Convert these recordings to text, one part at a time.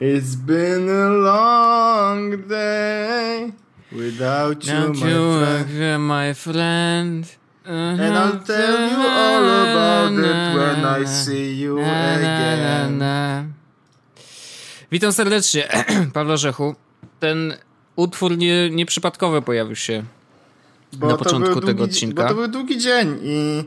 It's been a long day without you, my friend. And I'll tell you all about it when I see you again. Witam serdecznie, Paweł Orzechu. Ten utwór nieprzypadkowo pojawił się na początku tego odcinka. Bo to był długi dzień i...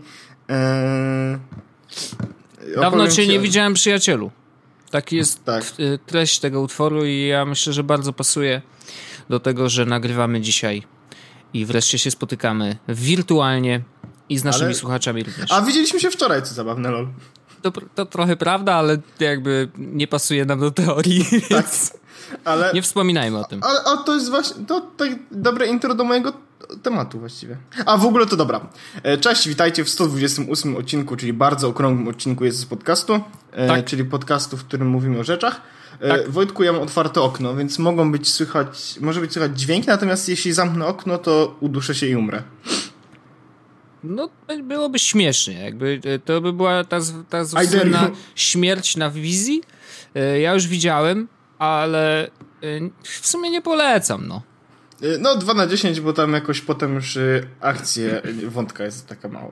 Dawno cię nie widziałem, przyjacielu. Taki jest treść tego utworu i ja myślę, że bardzo pasuje do tego, że nagrywamy dzisiaj i wreszcie się spotykamy wirtualnie i z naszymi słuchaczami również. A widzieliśmy się wczoraj, co zabawne, lol. To trochę prawda, ale jakby nie pasuje nam do teorii, więc ale, nie wspominajmy o tym. Ale to jest właśnie to dobre intro do mojego tematu właściwie. A w ogóle to dobra. Cześć, witajcie w 128 odcinku, czyli bardzo okrągłym odcinku jest z podcastu, czyli podcastu, w którym mówimy o rzeczach. Tak. Wojtku, ja mam otwarte okno, więc może być słychać dźwięki, natomiast jeśli zamknę okno, to uduszę się i umrę. No, byłoby śmiesznie, jakby to by była ta słynna śmierć na wizji. Ja już widziałem, ale w sumie nie polecam, no. No 2/10, bo tam jakoś potem już akcja wątka jest taka mała.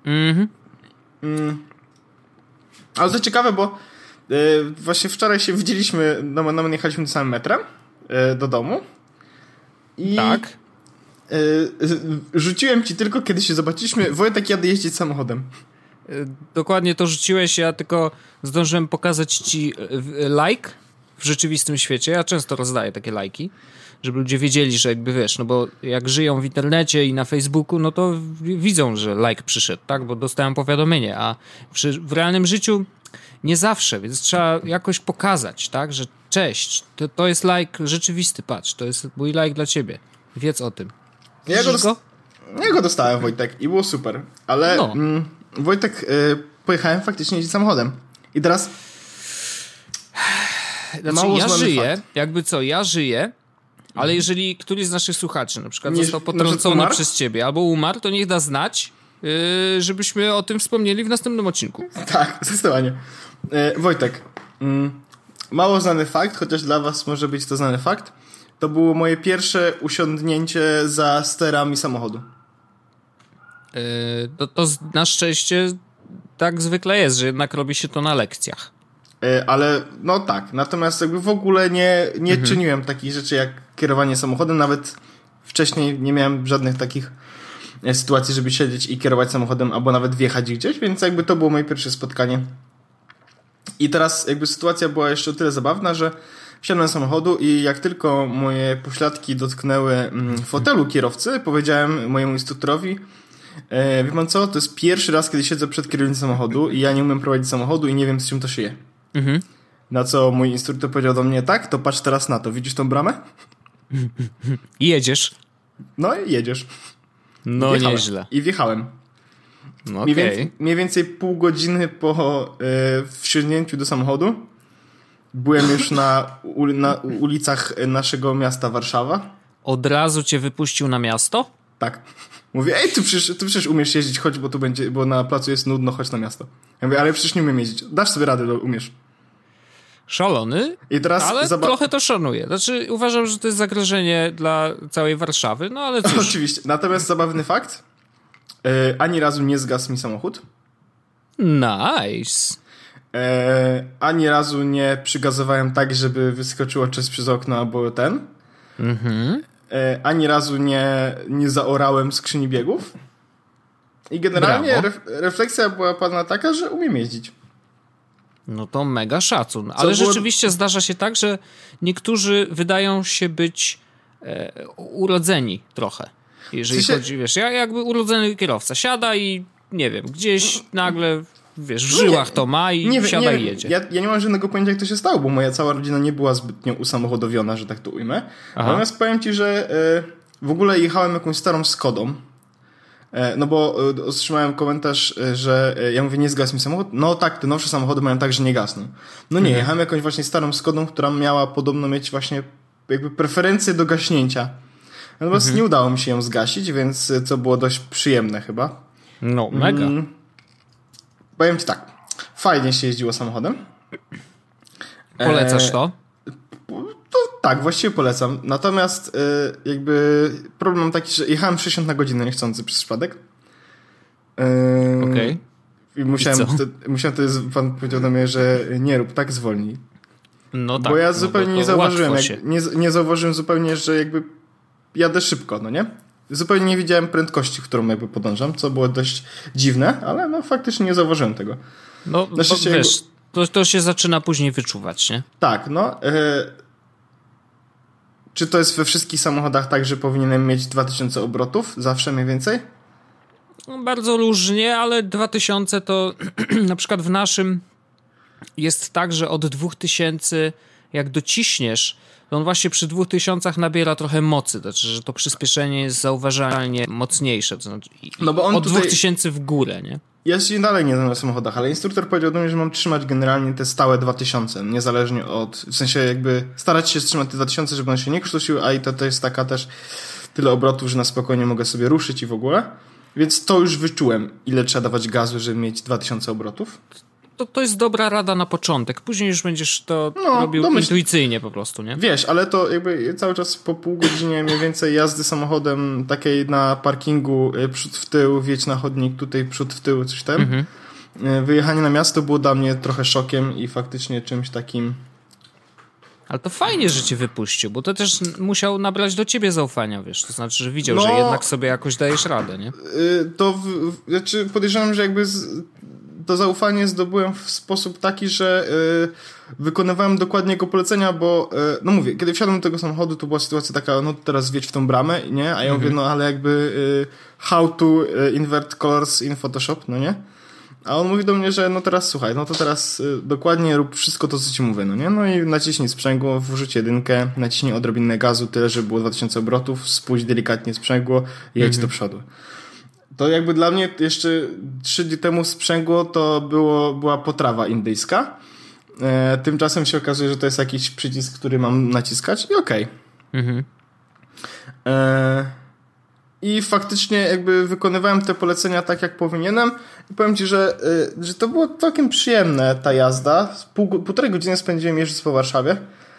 Ale to ciekawe, bo właśnie wczoraj się widzieliśmy, no jechaliśmy samym metrem do domu i tak. Rzuciłem ci tylko, kiedy się zobaczyliśmy, Wojtek jadę jeździć samochodem. Dokładnie to rzuciłeś, ja tylko zdążyłem pokazać ci like w rzeczywistym świecie. Ja często rozdaję takie lajki, żeby ludzie wiedzieli, że jakby wiesz, no bo jak żyją w internecie i na Facebooku, no to widzą, że like przyszedł, tak? Bo dostałem powiadomienie, a w realnym życiu nie zawsze, więc trzeba jakoś pokazać, tak? Że cześć, to jest like rzeczywisty, patrz, to jest mój like dla ciebie. Wiedz o tym. Ja go dostałem, Wojtek, i było super. Ale Wojtek, pojechałem faktycznie jeździć samochodem. I teraz ja żyję, ale jeżeli któryś z naszych słuchaczy na przykład został potrącony przez ciebie albo umarł, to niech da znać, żebyśmy o tym wspomnieli w następnym odcinku. Tak, zdecydowanie. Wojtek, mało znany fakt, chociaż dla was może być to znany fakt, to było moje pierwsze usiądnięcie za sterami samochodu. To na szczęście tak zwykle jest, że jednak robi się to na lekcjach. Ale no tak, natomiast jakby w ogóle nie czyniłem takich rzeczy jak kierowanie samochodem, nawet wcześniej nie miałem żadnych takich sytuacji, żeby siedzieć i kierować samochodem, albo nawet wjechać gdzieś, więc jakby to było moje pierwsze spotkanie. I teraz jakby sytuacja była jeszcze o tyle zabawna, że wsiadłem do samochodu i jak tylko moje pośladki dotknęły fotelu kierowcy, powiedziałem mojemu instruktorowi, wie pan co, to jest pierwszy raz, kiedy siedzę przed kierownicą samochodu i ja nie umiem prowadzić samochodu i nie wiem, z czym to się je. Na co mój instruktor powiedział do mnie, tak, to patrz teraz na to, widzisz tą bramę? I jedziesz. No i jedziesz. No nieźle. I wjechałem. No, mniej więcej pół godziny po wsiądnięciu do samochodu byłem już na ulicach naszego miasta Warszawa. Od razu cię wypuścił na miasto? Tak. Mówię, ej, ty przecież umiesz jeździć, chodź, bo na placu jest nudno, chodź na miasto. Ja mówię, ale przecież nie umiem jeździć. Dasz sobie radę, umiesz. Szalony, i teraz ale trochę to szanuję. Znaczy uważam, że to jest zagrożenie dla całej Warszawy, no ale cóż. Oczywiście. Natomiast zabawny fakt, ani razu nie zgasł mi samochód. Nice. Ani razu nie przygazowałem tak, żeby wyskoczyło czas przez okno albo ten. Ani razu nie zaorałem skrzyni biegów. I generalnie refleksja była pana taka, że umiem jeździć. No to mega szacun. Ale rzeczywiście zdarza się tak, że niektórzy wydają się być urodzeni trochę. Jeżeli chodzi, wiesz, jakby urodzony kierowca siada i nie wiem, gdzieś nagle wiesz, w żyłach to ma i wsiada i jedzie. Ja nie mam żadnego pojęcia, jak to się stało, bo moja cała rodzina nie była zbytnio usamochodowiona, że tak to ujmę. Natomiast powiem ci, że w ogóle jechałem jakąś starą Skodą. No bo otrzymałem komentarz, że ja mówię, nie zgasł mi samochód. No tak, te nowsze samochody mają tak, że nie gasną. No nie, jechałem jakąś właśnie starą Skodą, która miała podobno mieć właśnie jakby preferencję do gaśnięcia. Natomiast nie udało mi się ją zgasić, więc to było dość przyjemne chyba. No, mega. Powiem ci tak, fajnie się jeździło samochodem. Polecasz to? tak, właściwie polecam. Natomiast jakby problem mam taki, że jechałem 60 na godzinę niechcący przez przypadek. Okej. I musiałem wtedy, pan powiedział do mnie, że nie rób tak, zwolnij. No tak. Bo ja zupełnie nie zauważyłem, nie zauważyłem zupełnie, że jakby jadę szybko, no nie? Zupełnie nie widziałem prędkości, którą jakby podążam, co było dość dziwne, ale no faktycznie nie zauważyłem tego. No, wiesz, to się zaczyna później wyczuwać, nie? Tak, no. Czy to jest we wszystkich samochodach tak, że powinienem mieć 2000 obrotów? Zawsze mniej więcej? No, bardzo różnie, ale 2000 to na przykład w naszym jest tak, że od 2000 jak dociśniesz, to on właśnie przy 2000 nabiera trochę mocy, to znaczy, że to przyspieszenie jest zauważalnie mocniejsze, to znaczy no bo on od 2000 w górę, nie? Ja się dalej nie znam na samochodach, ale instruktor powiedział do mnie, że mam trzymać generalnie te stałe 2000, niezależnie od, w sensie jakby starać się trzymać te 2000, żeby on się nie krztusił, a i to jest taka też tyle obrotów, że na spokojnie mogę sobie ruszyć i w ogóle. Więc to już wyczułem, ile trzeba dawać gazu, żeby mieć 2000 obrotów. To jest dobra rada na początek. Później już będziesz to robił intuicyjnie po prostu, nie? Wiesz, ale to jakby cały czas po pół godzinie mniej więcej jazdy samochodem takiej na parkingu przód w tył, wjedź na chodnik, tutaj przód w tył, coś tam. Wyjechanie na miasto było dla mnie trochę szokiem i faktycznie czymś takim... Ale to fajnie, że cię wypuścił, bo to też musiał nabrać do ciebie zaufania, wiesz, to znaczy, że widział, że jednak sobie jakoś dajesz radę, nie? Znaczy podejrzewam, że jakby to zaufanie zdobyłem w sposób taki, że wykonywałem dokładnie jego polecenia, bo no mówię, kiedy wsiadłem do tego samochodu, to była sytuacja taka, no teraz wjedź w tą bramę, nie? A ja mówię, no ale jakby how to invert colors in Photoshop, no nie? A on mówi do mnie, że no teraz słuchaj, no to teraz dokładnie rób wszystko to, co ci mówię, no nie? No i naciśnij sprzęgło, wrzuć jedynkę, naciśnij odrobinę gazu, tyle, żeby było 2000 obrotów, spuść delikatnie sprzęgło i jedź do przodu. To jakby dla mnie jeszcze 3 dni temu sprzęgło to była potrawa indyjska. Tymczasem się okazuje, że to jest jakiś przycisk, który mam naciskać i okej. I faktycznie jakby wykonywałem te polecenia tak, jak powinienem i powiem ci, że to było całkiem przyjemne ta jazda. Półtorej godziny spędziłem jeżdżąc po Warszawie.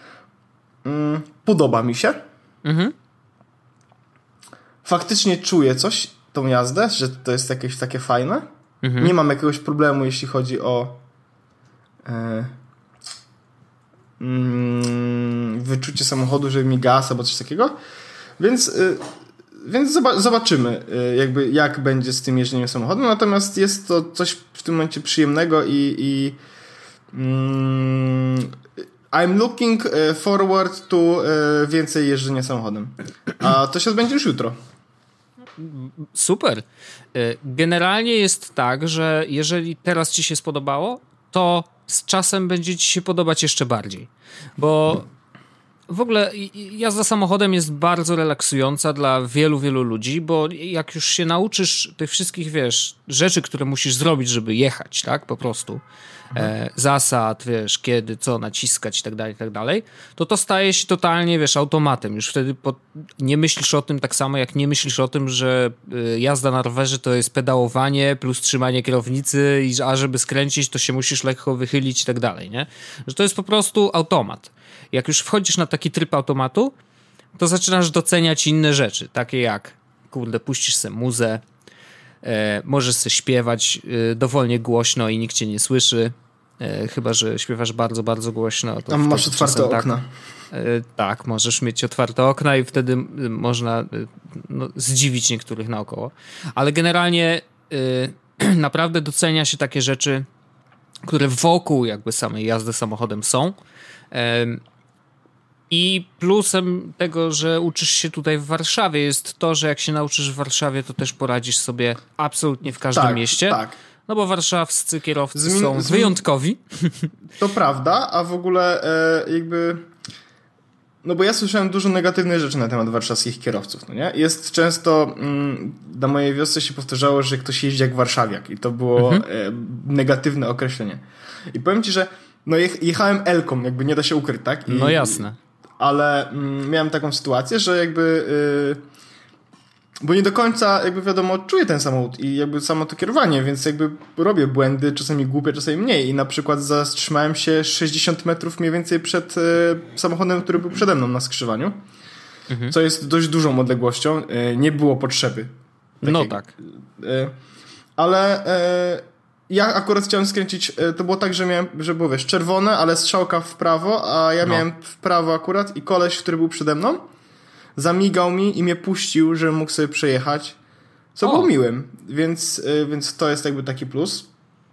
Podoba mi się. Faktycznie czuję coś, tą jazdę, że to jest jakieś takie fajne. Nie mam jakiegoś problemu, jeśli chodzi o wyczucie samochodu, że mi gaz albo coś takiego. Więc zobaczymy jakby jak będzie z tym jeżdżeniem samochodem, natomiast jest to coś w tym momencie przyjemnego i I'm looking forward to więcej jeżdżenia samochodem. A to się odbędzie już jutro. Super. Generalnie jest tak, że jeżeli teraz ci się spodobało, to z czasem będzie ci się podobać jeszcze bardziej. Bo w ogóle jazda samochodem jest bardzo relaksująca dla wielu, wielu ludzi, bo jak już się nauczysz tych wszystkich, wiesz, rzeczy, które musisz zrobić, żeby jechać, tak, po prostu, zasad, wiesz, kiedy, co naciskać i tak dalej, to staje się totalnie, wiesz, automatem. Już wtedy nie myślisz o tym tak samo, jak nie myślisz o tym, że jazda na rowerze to jest pedałowanie plus trzymanie kierownicy a żeby skręcić, to się musisz lekko wychylić i tak dalej, nie? Że to jest po prostu automat. Jak już wchodzisz na taki tryb automatu, to zaczynasz doceniać inne rzeczy, takie jak, puścisz sobie muzę, możesz sobie śpiewać dowolnie głośno i nikt cię nie słyszy, chyba że śpiewasz bardzo, bardzo głośno. To masz otwarte okna. Tak, możesz mieć otwarte okna i wtedy można zdziwić niektórych naokoło. Ale generalnie naprawdę docenia się takie rzeczy, które wokół jakby samej jazdy samochodem są. I plusem tego, że uczysz się tutaj w Warszawie jest to, że jak się nauczysz w Warszawie, to też poradzisz sobie absolutnie w każdym mieście. Tak. No bo warszawscy kierowcy są wyjątkowi. To prawda, a w ogóle jakby... No bo ja słyszałem dużo negatywnych rzeczy na temat warszawskich kierowców, no nie? Jest często... na mojej wiosce się powtarzało, że ktoś jeździ jak warszawiak i to było negatywne określenie. I powiem ci, że no jechałem Elką, jakby nie da się ukryć, tak? No jasne. Ale miałem taką sytuację, że jakby bo nie do końca, jakby wiadomo, czuję ten samochód i jakby samo to kierowanie, więc jakby robię błędy, czasami głupie, czasami mniej i na przykład zatrzymałem się 60 metrów mniej więcej przed samochodem, który był przede mną na skrzyżowaniu, co jest dość dużą odległością. Nie było potrzeby. No tak. Ale ja akurat chciałem skręcić, to było tak, że było, wiesz, czerwone, ale strzałka w prawo, a ja miałem w prawo akurat i koleś, który był przede mną, zamigał mi i mnie puścił, żebym mógł sobie przejechać, co było miłym, więc to jest jakby taki plus.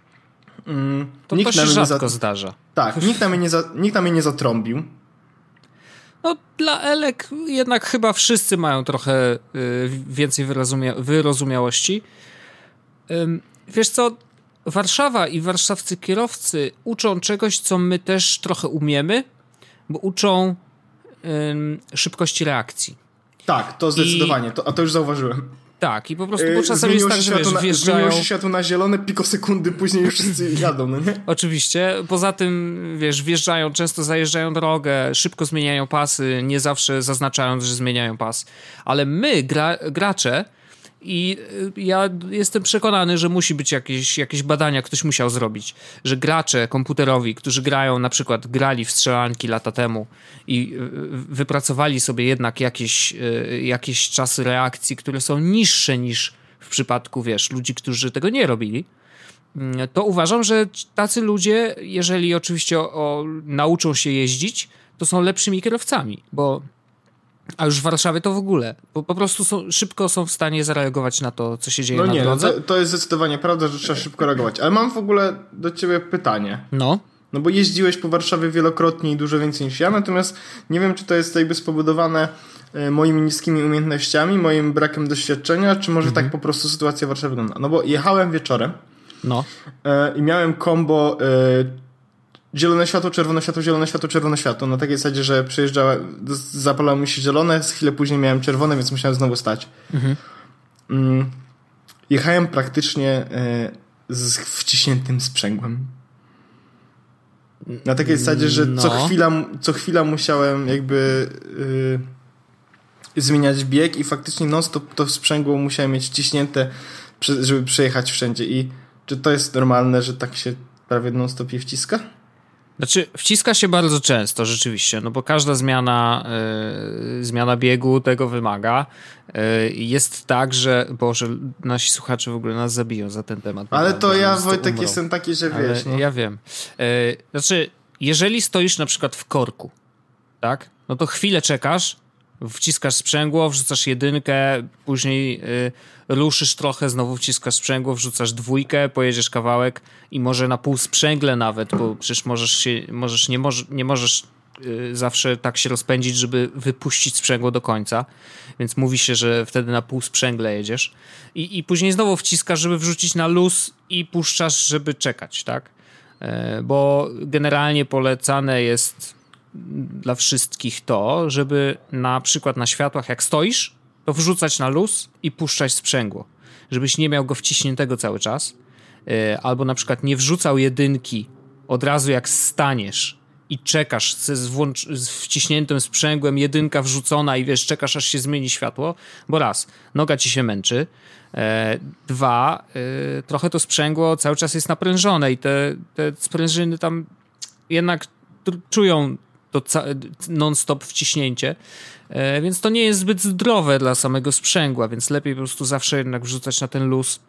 To się rzadko zdarza. Tak, nikt na mnie nie zatrąbił. No dla Elek jednak chyba wszyscy mają trochę więcej wyrozumiałości. Wiesz co, Warszawa i warszawscy kierowcy uczą czegoś, co my też trochę umiemy, bo uczą szybkości reakcji. Tak, to zdecydowanie, a to już zauważyłem. Tak, i po prostu, bo czasami jest tak, że wiesz, wjeżdżają... Zmieniło się światło na zielone, pikosekundy później już wszyscy jadą, no nie? Oczywiście, poza tym, wiesz, wjeżdżają, często zajeżdżają drogę, szybko zmieniają pasy, nie zawsze zaznaczając, że zmieniają pas. Ale my, gracze, i ja jestem przekonany, że musi być jakieś badania, ktoś musiał zrobić, że gracze komputerowi, którzy grali w strzelanki lata temu i wypracowali sobie jednak jakieś czasy reakcji, które są niższe niż w przypadku, wiesz, ludzi, którzy tego nie robili, to uważam, że tacy ludzie, jeżeli oczywiście nauczą się jeździć, to są lepszymi kierowcami, a już w Warszawie to w ogóle. Po prostu szybko są w stanie zareagować na to, co się dzieje na drodze. To jest zdecydowanie prawda, że trzeba szybko reagować. Ale mam w ogóle do ciebie pytanie. No bo jeździłeś po Warszawie wielokrotnie i dużo więcej niż ja, natomiast nie wiem, czy to jest jakby spowodowane moimi niskimi umiejętnościami, moim brakiem doświadczenia, czy może tak po prostu sytuacja w Warszawie wygląda. No bo jechałem wieczorem i miałem kombo zielone światło, czerwone światło, zielone światło, czerwone światło. Na takiej zasadzie, że zapalało mi się zielone, chwilę później miałem czerwone, więc musiałem znowu stać. Jechałem praktycznie z wciśniętym sprzęgłem. Na takiej zasadzie, że co chwila musiałem jakby zmieniać bieg i faktycznie non-stop to sprzęgło musiałem mieć wciśnięte, żeby przejechać wszędzie. I czy to jest normalne, że tak się prawie non-stop je wciska? Znaczy, wciska się bardzo często, rzeczywiście, no bo każda zmiana biegu tego wymaga. Jest tak, że... Boże, nasi słuchacze w ogóle nas zabiją za ten temat. Ale to ja, Wojtek, jestem taki, że wiesz. No. Ja wiem. Znaczy, jeżeli stoisz na przykład w korku, tak? No to chwilę czekasz, wciskasz sprzęgło, wrzucasz jedynkę, później ruszysz trochę, znowu wciskasz sprzęgło, wrzucasz dwójkę, pojedziesz kawałek i może na pół sprzęgle nawet, bo przecież nie możesz zawsze tak się rozpędzić, żeby wypuścić sprzęgło do końca, więc mówi się, że wtedy na pół sprzęgle jedziesz i później znowu wciskasz, żeby wrzucić na luz i puszczasz, żeby czekać, tak? Bo generalnie polecane jest dla wszystkich to, żeby na przykład na światłach jak stoisz, to wrzucać na luz i puszczać sprzęgło, żebyś nie miał go wciśniętego cały czas, albo na przykład nie wrzucał jedynki od razu jak staniesz i czekasz z wciśniętym sprzęgłem, jedynka wrzucona i wiesz, czekasz aż się zmieni światło, bo raz, noga ci się męczy, dwa, trochę to sprzęgło cały czas jest naprężone i te sprężyny tam jednak czują to non-stop wciśnięcie, więc to nie jest zbyt zdrowe dla samego sprzęgła, więc lepiej po prostu zawsze jednak wrzucać na ten luz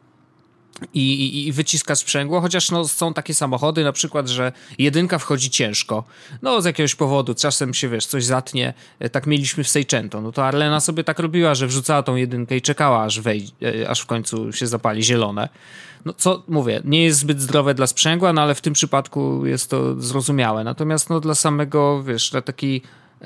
i wyciskać sprzęgło, chociaż no, są takie samochody na przykład, że jedynka wchodzi ciężko, no z jakiegoś powodu, czasem się wiesz, coś zatnie, tak mieliśmy w Seicento, no to Arlena sobie tak robiła, że wrzucała tą jedynkę i czekała aż w końcu się zapali zielone. No co mówię, nie jest zbyt zdrowe dla sprzęgła, no ale w tym przypadku jest to zrozumiałe, natomiast no dla samego, wiesz, dla takiej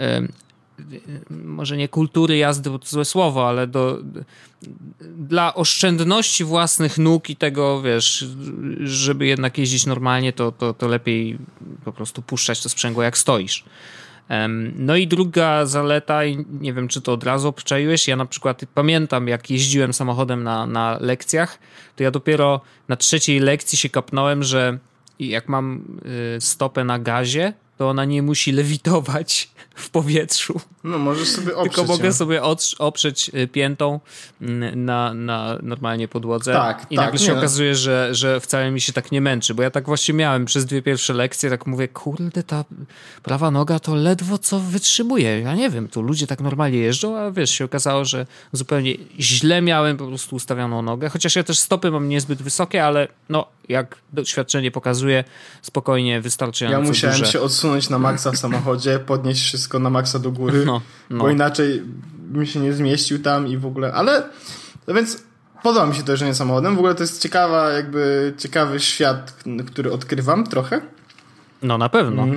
może nie kultury jazdy, bo to złe słowo, ale dla oszczędności własnych nóg i tego, wiesz, żeby jednak jeździć normalnie, to lepiej po prostu puszczać to sprzęgło jak stoisz. No i druga zaleta, i nie wiem, czy to od razu obczaiłeś, ja na przykład pamiętam, jak jeździłem samochodem na lekcjach, to ja dopiero na 3. lekcji się kapnąłem, że jak mam stopę na gazie, to ona nie musi lewitować w powietrzu. No możesz sobie oprzeć. Tylko mogę sobie oprzeć piętą na normalnie podłodze. Tak, i nagle się okazuje, że wcale mi się tak nie męczy, bo ja tak właśnie miałem przez 2 pierwsze lekcje, tak mówię, kurde, ta prawa noga to ledwo co wytrzymuje. Ja nie wiem, tu ludzie tak normalnie jeżdżą, a wiesz, się okazało, że zupełnie źle miałem po prostu ustawioną nogę, chociaż ja też stopy mam niezbyt wysokie, ale no, jak doświadczenie pokazuje, spokojnie wystarczająco Ja musiałem duże. się odsunąć na maksa w samochodzie, podnieść wszystko na maksa do góry, bo inaczej mi się nie zmieścił tam i w ogóle, ale no więc podoba mi się to jeżdżenie samochodem, w ogóle to jest ciekawy świat, który odkrywam trochę. No na pewno.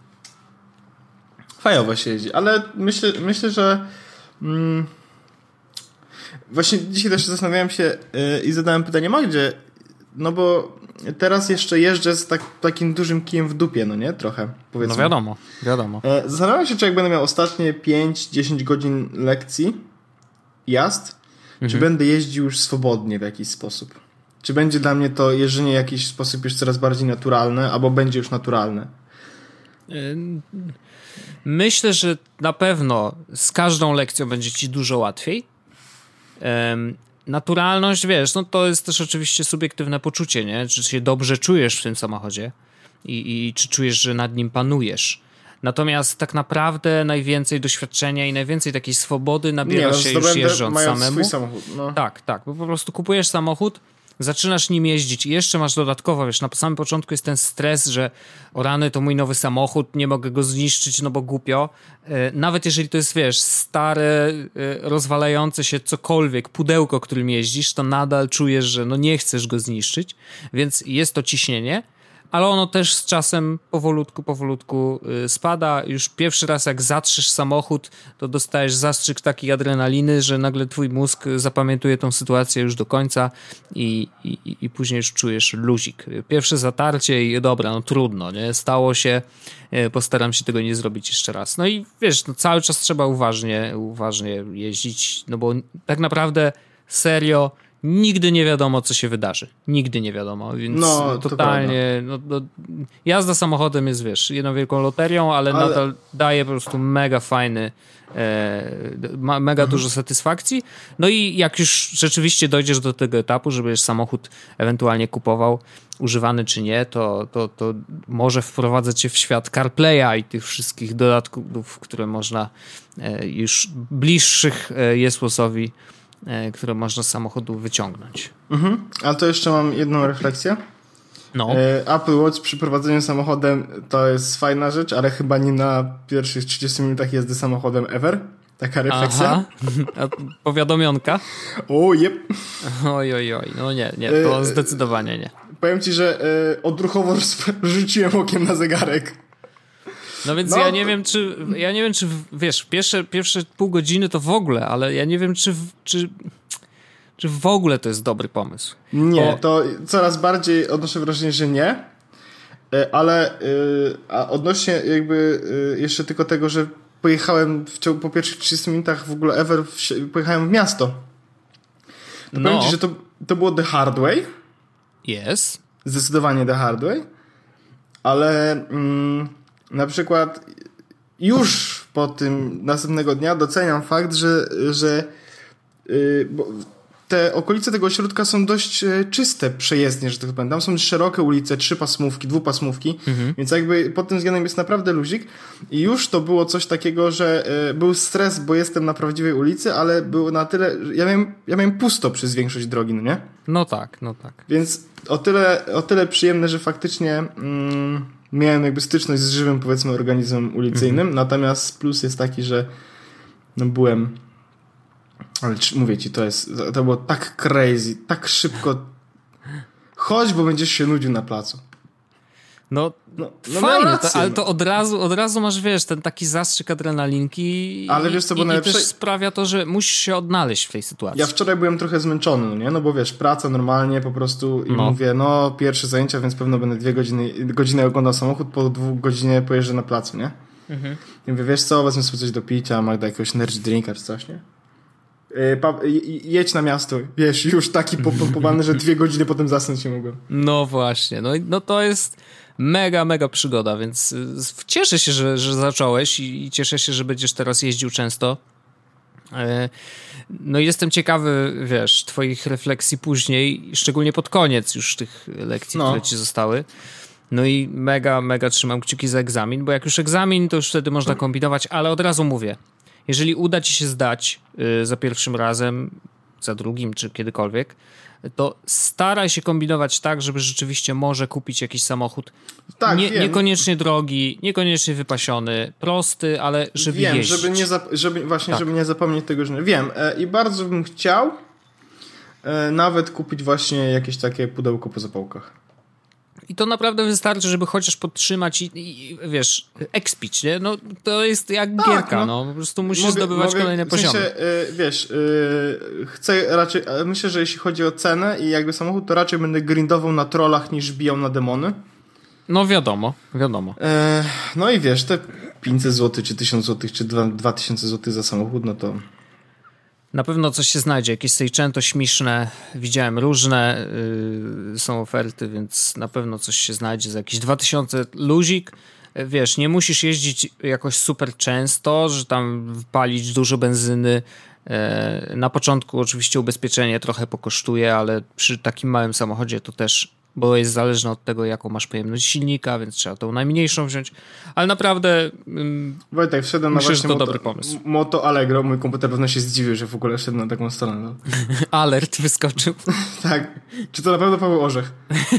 Fajowo się jeździ, ale myślę, że właśnie dzisiaj też zastanawiałem się i zadałem pytanie Magdzie, no bo teraz jeszcze jeżdżę z takim dużym kijem w dupie, no nie? Trochę, powiedzmy. No wiadomo. Zastanawiam się, czy jak będę miał ostatnie 5-10 godzin lekcji jazd, czy będę jeździł już swobodnie w jakiś sposób. Czy będzie dla mnie to jeżdżenie w jakiś sposób już coraz bardziej naturalne, albo będzie już naturalne. Myślę, że na pewno z każdą lekcją będzie ci dużo łatwiej. Naturalność, wiesz, no to jest też oczywiście subiektywne poczucie, nie? Czy się dobrze czujesz w tym samochodzie i czy czujesz, że nad nim panujesz. Natomiast tak naprawdę najwięcej doświadczenia i najwięcej takiej swobody nabiera się już jeżdżąc samemu. Swój samochód, no. Tak, bo po prostu kupujesz samochód, zaczynasz nim jeździć i jeszcze masz dodatkowo, wiesz, na samym początku jest ten stres, że o rany, to mój nowy samochód, nie mogę go zniszczyć, no bo głupio. Nawet jeżeli to jest, wiesz, stare, rozwalające się cokolwiek, pudełko, którym jeździsz, to nadal czujesz, że no nie chcesz go zniszczyć, więc jest to ciśnienie, ale ono też z czasem powolutku spada. Już pierwszy raz jak zatrzysz samochód, to dostajesz zastrzyk takiej adrenaliny, że nagle twój mózg zapamiętuje tą sytuację już do końca i później już czujesz luzik. Pierwsze zatarcie i dobra, no trudno, nie? Stało się, postaram się tego nie zrobić jeszcze raz. No i wiesz, no cały czas trzeba uważnie jeździć, no bo tak naprawdę serio nigdy nie wiadomo, co się wydarzy. Nigdy nie wiadomo, więc totalnie... jazda samochodem jest, wiesz, jedną wielką loterią, ale nadal daje po prostu mega fajny, mega dużo satysfakcji. No i jak już rzeczywiście dojdziesz do tego etapu, że będziesz samochód ewentualnie kupował, używany czy nie, to może wprowadzać cię w świat CarPlaya i tych wszystkich dodatków, które można już bliższych Jesłosowi, które można z samochodu wyciągnąć. A to jeszcze mam jedną refleksję. No. Apple Watch przy prowadzeniu samochodem to jest fajna rzecz, ale chyba nie na pierwszych 30 minutach jazdy samochodem ever. Taka refleksja. A powiadomionka? Jep. Oj. No nie, to zdecydowanie nie. Powiem ci, że odruchowo rzuciłem okiem na zegarek. No więc ja nie wiem, czy wiesz, pierwsze pół godziny to w ogóle, ale ja nie wiem, czy w ogóle to jest dobry pomysł. Nie, to coraz bardziej odnoszę wrażenie, że nie, ale odnośnie jakby jeszcze tylko tego, że pojechałem po pierwszych 30 minutach w ogóle pojechałem w miasto. To powiem ci, że to było the hard way. Jest. Zdecydowanie the hard way, ale na przykład już po tym następnego dnia doceniam fakt, że te okolice tego ośrodka są dość czyste przejezdnie, że tak powiem. Tam są szerokie ulice, 3-pasmówki, 2-pasmówki, więc jakby pod tym względem jest naprawdę luzik. I już to było coś takiego, że był stres, bo jestem na prawdziwej ulicy, ale było na tyle... Ja miałem pusto przez większość drogi, no nie? No tak. Więc o tyle przyjemne, że faktycznie miałem jakby styczność z żywym, powiedzmy, organizmem ulicyjnym. Natomiast plus jest taki, że byłem... Ale mówię ci, to było tak crazy, tak szybko. Chodź, bo będziesz się nudził na placu. No fajnie, ale to od razu masz, wiesz, ten taki zastrzyk adrenalinki. Ale wiesz co, bo najlepsze... też sprawia to, że musisz się odnaleźć w tej sytuacji. Ja wczoraj byłem trochę zmęczony, no nie? No bo wiesz, praca normalnie po prostu i mówię, pierwsze zajęcia, więc pewno będę 2 godziny oglądał samochód, po 2 godzinie pojeżdżę na placu, nie? I mówię, wiesz co, wezmę sobie coś do picia, Magda jakiegoś energy drinka czy coś, nie? Jedź na miasto, wiesz, już taki popompowany, że 2 godziny potem zasnąć nie mogłem. No właśnie, no to jest mega przygoda, więc cieszę się, że zacząłeś i cieszę się, że będziesz teraz jeździł często. No i jestem ciekawy, wiesz, twoich refleksji później, szczególnie pod koniec już tych lekcji, które ci zostały. No i mega trzymam kciuki za egzamin, bo jak już egzamin, to już wtedy można kombinować, ale od razu mówię, jeżeli uda ci się zdać za pierwszym razem, za drugim czy kiedykolwiek, to staraj się kombinować tak, żeby rzeczywiście może kupić jakiś samochód. Tak, niekoniecznie drogi, niekoniecznie wypasiony, prosty, ale żeby jeździć. Żeby nie zapomnieć tego, że wiem. I bardzo bym chciał nawet kupić właśnie jakieś takie pudełko po zapałkach. I to naprawdę wystarczy, żeby chociaż podtrzymać i wiesz, expić, nie? No to jest jak gierka, no. Po prostu musisz zdobywać kolejne poziomy. Chcę raczej, myślę, że jeśli chodzi o cenę i jakby samochód, to raczej będę grindował na trollach niż bijał na demony. No wiadomo. No i wiesz, te 500 zł, czy 1000 zł, czy 2000 zł za samochód, no to... Na pewno coś się znajdzie, jakieś Seicento śmieszne, widziałem różne są oferty, więc na pewno coś się znajdzie za jakieś 2000 luzik. Wiesz, nie musisz jeździć jakoś super często, że tam palić dużo benzyny. Na początku oczywiście ubezpieczenie trochę pokosztuje, ale przy takim małym samochodzie to też, bo jest zależne od tego, jaką masz pojemność silnika, więc trzeba tą najmniejszą wziąć, ale naprawdę Wojtek, wszedłem myślę, na że to dobry pomysł. Moto Allegro, mój komputer pewno się zdziwił, że w ogóle wszedłem na taką stronę. No. Alert wyskoczył. Tak. Czy to na pewno Paweł Orzech?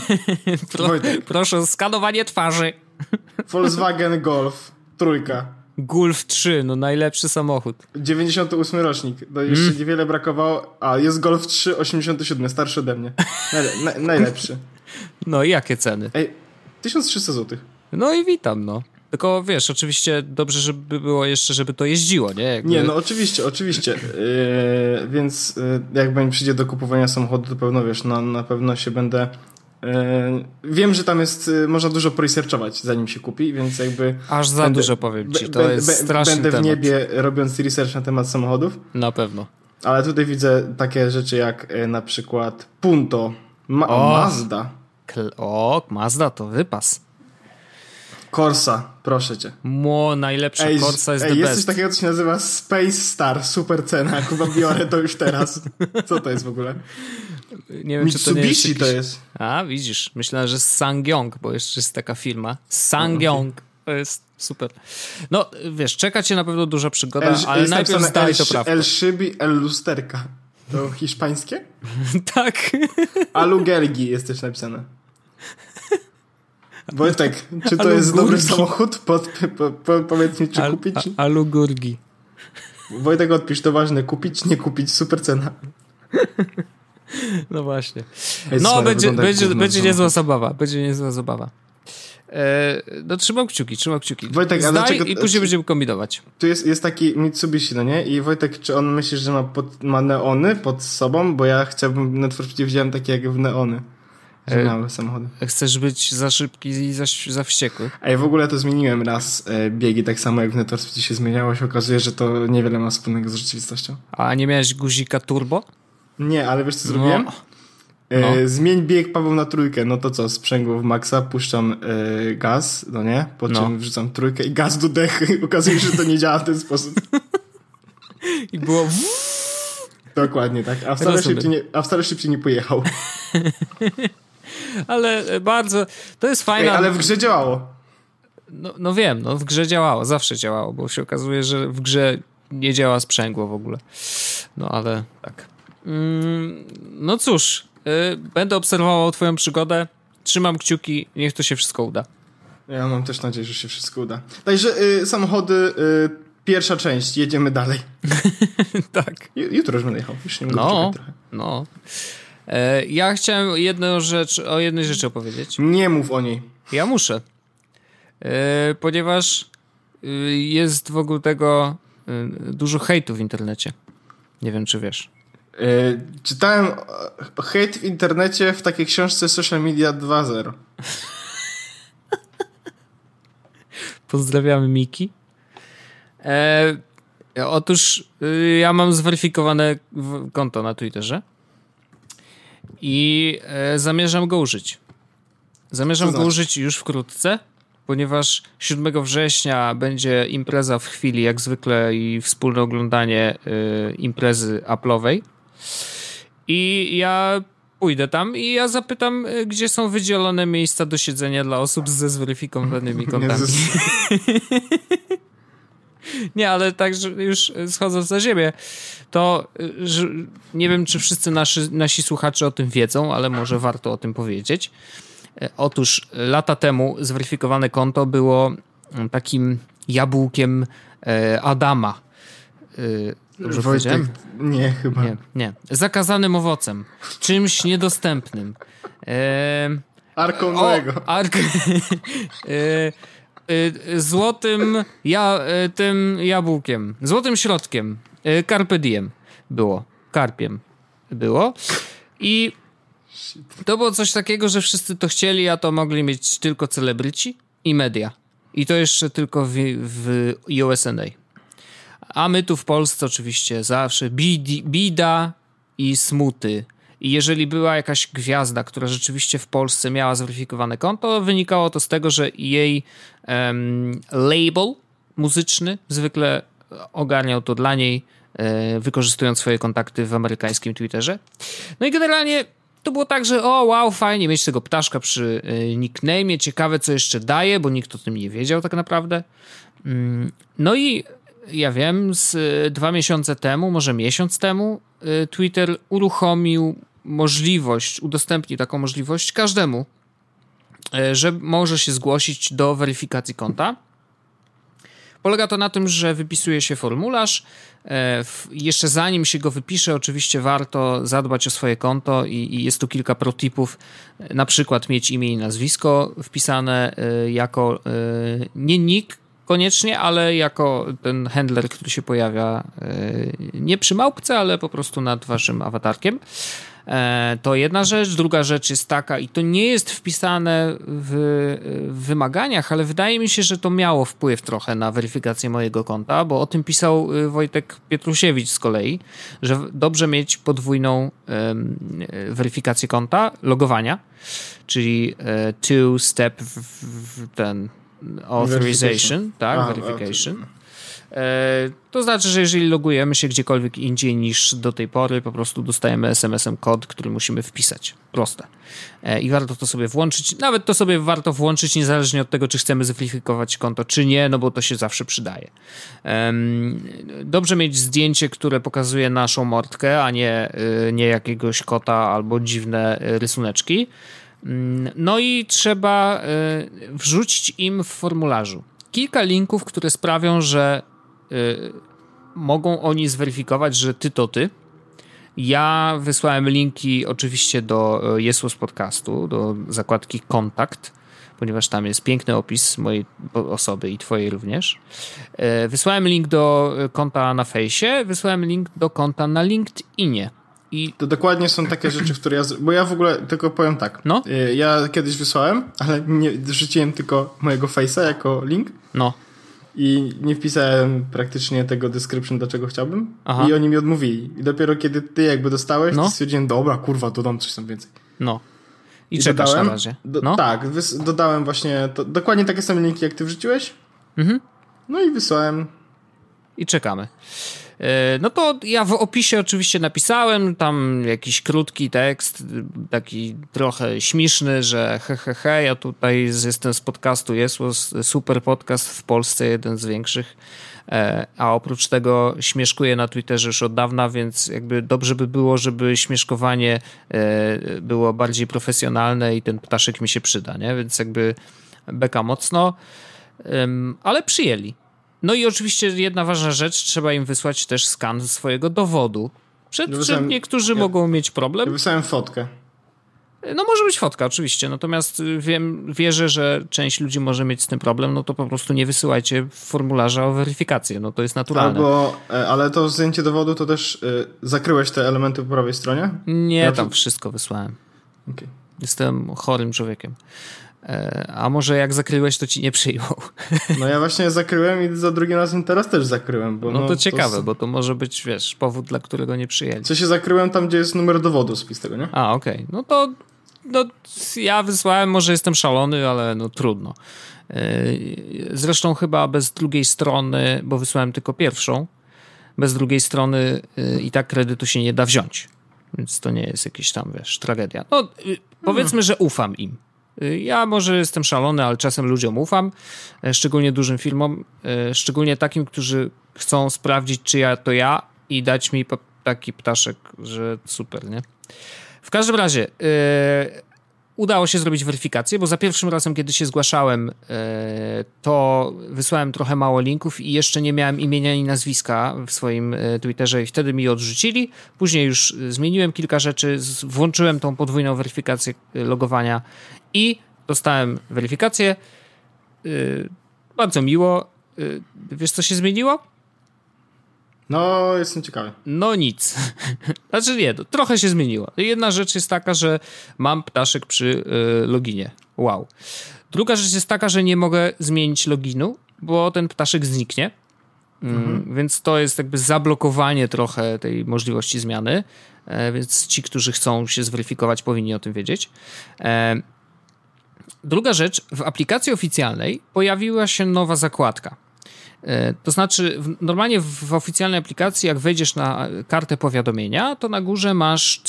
Proszę, skanowanie twarzy. Volkswagen Golf, 3. Golf 3, no najlepszy samochód. 98 rocznik. To jeszcze niewiele brakowało. A, jest Golf 3, 87, starszy ode mnie. Najlepszy. No i jakie ceny? 1300 zł. No i witam, no. Tylko wiesz, oczywiście dobrze, żeby było jeszcze, żeby to jeździło, nie? Jakby... Nie, no oczywiście. Więc jak mi przyjdzie do kupowania samochodu, to pewno wiesz, na pewno się będę... wiem, że tam jest, można dużo researchować, zanim się kupi, więc jakby... Aż za dużo powiem ci, to jest straszny Będę temat. w niebie robiąc research na temat samochodów. Na pewno. Ale tutaj widzę takie rzeczy jak na przykład Punto, Mazda. Mazda to wypas. Corsa, proszę cię. Najlepsza Corsa jest the jest best. Coś takiego, co się nazywa Space Star, super cena, chyba biorę to już teraz. Co to jest w ogóle? Nie wiem, Mitsubishi czy to nie jest jakiś... to jest. A, widzisz, myślałem, że SsangYong, bo jeszcze jest taka firma. SsangYong, to jest super. No, wiesz, czeka cię na pewno duża przygoda, ale najpierw zdaj to prawdę. El Shibi, El Lusterka. To hiszpańskie? Tak. Alugergi jest też napisane. Wojtek, czy to jest dobry samochód? Powiedz mi, czy kupić? Alugurgi. Wojtek, odpisz, to ważne. Kupić, nie kupić, super cena. No właśnie. No, będzie niezła zabawa. Będzie niezła zabawa. No trzymam kciuki. Wojtek, zdaj i później będziemy kombinować. Tu jest taki Mitsubishi, no nie? I Wojtek, czy on myśli, że ma neony pod sobą? Bo ja chciałbym, na twórcy widziałem takie jak w neony. Że miały samochody. Chcesz być za szybki i za wściekły? A ja w ogóle to zmieniłem raz biegi, tak samo jak w Need for Speed się zmieniało. Się okazuje, że to niewiele ma wspólnego z rzeczywistością. A nie miałeś guzika turbo? Nie, ale wiesz co zrobiłem? Zmień bieg, Paweł, na 3. No to co, sprzęgło w maksa, puszczam gaz, no nie? Po czym wrzucam 3 i gaz do dechy. Okazuje się, że to nie działa w ten sposób. I było... Dokładnie tak. A wcale szybciej nie pojechał. Ale bardzo... To jest fajne. Ale w grze działało. No wiem, w grze działało. Zawsze działało, bo się okazuje, że w grze nie działa sprzęgło w ogóle. No ale tak. No cóż, będę obserwował twoją przygodę. Trzymam kciuki, niech to się wszystko uda. Ja mam też nadzieję, że się wszystko uda. Także samochody, pierwsza część, jedziemy dalej. Tak. Jutro już będę jechał, już nie mogę czekać trochę. No. Ja chciałem o jednej rzeczy opowiedzieć. Nie mów o niej. Ja muszę. Ponieważ jest wokół tego dużo hejtu w internecie. Nie wiem, czy wiesz. Czytałem hejt w internecie w takiej książce Social Media 2.0. Pozdrawiamy Miki. Otóż ja mam zweryfikowane konto na Twitterze i zamierzam go użyć. Zamierzam go użyć już wkrótce, ponieważ 7 września będzie impreza w chwili, jak zwykle, i wspólne oglądanie imprezy Apple'owej. I ja pójdę tam i ja zapytam, gdzie są wydzielone miejsca do siedzenia dla osób ze zweryfikowanymi kontami. Nie, ale tak, że już schodząc na ziemię, to że nie wiem, czy wszyscy nasi słuchacze o tym wiedzą, ale może warto o tym powiedzieć. Otóż lata temu zweryfikowane konto było takim jabłkiem Adama. Dobrze powiedziałem? Nie, chyba. Nie. Zakazanym owocem. Czymś niedostępnym. Arką Noego. Złotym tym jabłkiem. Złotym środkiem. Carpe diem było. Karpiem było. I to było coś takiego, że wszyscy to chcieli, a to mogli mieć tylko celebryci i media. I to jeszcze tylko w USA. A my tu w Polsce oczywiście zawsze bida i smuty. I jeżeli była jakaś gwiazda, która rzeczywiście w Polsce miała zweryfikowane konto, wynikało to z tego, że jej label muzyczny zwykle ogarniał to dla niej, wykorzystując swoje kontakty w amerykańskim Twitterze. No i generalnie to było tak, że wow, fajnie mieć tego ptaszka przy nickname'ie, ciekawe co jeszcze daje, bo nikt o tym nie wiedział tak naprawdę. No i ja wiem, z 2 miesiące temu, może miesiąc temu, Twitter udostępni taką możliwość każdemu, że może się zgłosić do weryfikacji konta. Polega to na tym, że wypisuje się formularz. Jeszcze zanim się go wypisze, oczywiście warto zadbać o swoje konto i jest tu kilka protipów. Na przykład mieć imię i nazwisko wpisane jako nie nick koniecznie, ale jako ten handler, który się pojawia nie przy małpce, ale po prostu nad waszym awatarkiem. To jedna rzecz. Druga rzecz jest taka, i to nie jest wpisane w wymaganiach, ale wydaje mi się, że to miało wpływ trochę na weryfikację mojego konta, bo o tym pisał Wojtek Pietrusiewicz z kolei, że dobrze mieć podwójną weryfikację konta, logowania, czyli two-step ten authorization, tak, verification. To znaczy, że jeżeli logujemy się gdziekolwiek indziej niż do tej pory, po prostu dostajemy SMS-em kod, który musimy wpisać. Proste. I warto to sobie włączyć. Nawet to sobie warto włączyć niezależnie od tego, czy chcemy zweryfikować konto, czy nie, no bo to się zawsze przydaje. Dobrze mieć zdjęcie, które pokazuje naszą mordkę, a nie jakiegoś kota albo dziwne rysuneczki. No i trzeba wrzucić im w formularzu kilka linków, które sprawią, że mogą oni zweryfikować, że ty to ty. Ja wysłałem linki oczywiście do Jesus Podcastu, do zakładki kontakt, ponieważ tam jest piękny opis mojej osoby i twojej również. Wysłałem link do konta na fejsie, wysłałem link do konta na LinkedInie. I to dokładnie są takie rzeczy, które bo ja w ogóle tylko powiem tak. No? Ja kiedyś wysłałem, ale nie wrzuciłem tylko mojego face'a jako link. No. I nie wpisałem praktycznie tego description, do czego chciałbym. Aha. I oni mi odmówili. I dopiero kiedy ty jakby dostałeś, to stwierdziłem, dobra, kurwa, dodam coś tam więcej. No. I czekasz dodałem, na razie. No? Tak, dodałem właśnie dokładnie takie same linki, jak ty wrzuciłeś. Mhm. No i wysłałem. I czekamy. No to ja w opisie oczywiście napisałem tam jakiś krótki tekst, taki trochę śmieszny, że ja tutaj jestem z podcastu Jesus, super podcast w Polsce, jeden z większych, a oprócz tego śmieszkuję na Twitterze już od dawna, więc jakby dobrze by było, żeby śmieszkowanie było bardziej profesjonalne i ten ptaszek mi się przyda, nie? Więc jakby beka mocno, ale przyjęli. No i oczywiście jedna ważna rzecz, trzeba im wysłać też skan swojego dowodu. Przed czym niektórzy mogą mieć problem. Ja wysłałem fotkę. No może być fotka oczywiście, natomiast wierzę, że część ludzi może mieć z tym problem, no to po prostu nie wysyłajcie formularza o weryfikację, no to jest naturalne. Ale to zdjęcie dowodu to też zakryłeś te elementy po prawej stronie? Nie, tam wszystko wysłałem. Okay. Jestem chorym człowiekiem. A może jak zakryłeś, to ci nie przyjął. No ja właśnie zakryłem i za drugim razem teraz też zakryłem. Bo no to ciekawe, bo to może być, wiesz, powód, dla którego nie przyjęli. Co się zakryłem tam, gdzie jest numer dowodu, spis tego, nie? A, okej. No to no ja wysłałem, może jestem szalony, ale no trudno. Zresztą chyba bez drugiej strony, bo wysłałem tylko pierwszą, bez drugiej strony i tak kredytu się nie da wziąć. Więc to nie jest jakieś tam, wiesz, tragedia. No, powiedzmy, że ufam im. Ja może jestem szalony, ale czasem ludziom ufam, szczególnie dużym firmom, szczególnie takim, którzy chcą sprawdzić, czy ja to ja i dać mi taki ptaszek, że super, nie? W każdym razie udało się zrobić weryfikację, bo za pierwszym razem, kiedy się zgłaszałem, to wysłałem trochę mało linków i jeszcze nie miałem imienia ani nazwiska w swoim Twitterze i wtedy mi odrzucili. Później już zmieniłem kilka rzeczy, włączyłem tą podwójną weryfikację logowania i dostałem weryfikację. Bardzo miło. Wiesz, co się zmieniło? No, jestem ciekawy. No nic. Znaczy nie, trochę się zmieniło. Jedna rzecz jest taka, że mam ptaszek przy loginie. Wow. Druga rzecz jest taka, że nie mogę zmienić loginu, bo ten ptaszek zniknie. Więc to jest jakby zablokowanie trochę tej możliwości zmiany. Więc ci, którzy chcą się zweryfikować, powinni o tym wiedzieć. Druga rzecz, w aplikacji oficjalnej pojawiła się nowa zakładka. To znaczy, normalnie w oficjalnej aplikacji, jak wejdziesz na kartę powiadomienia, to na górze masz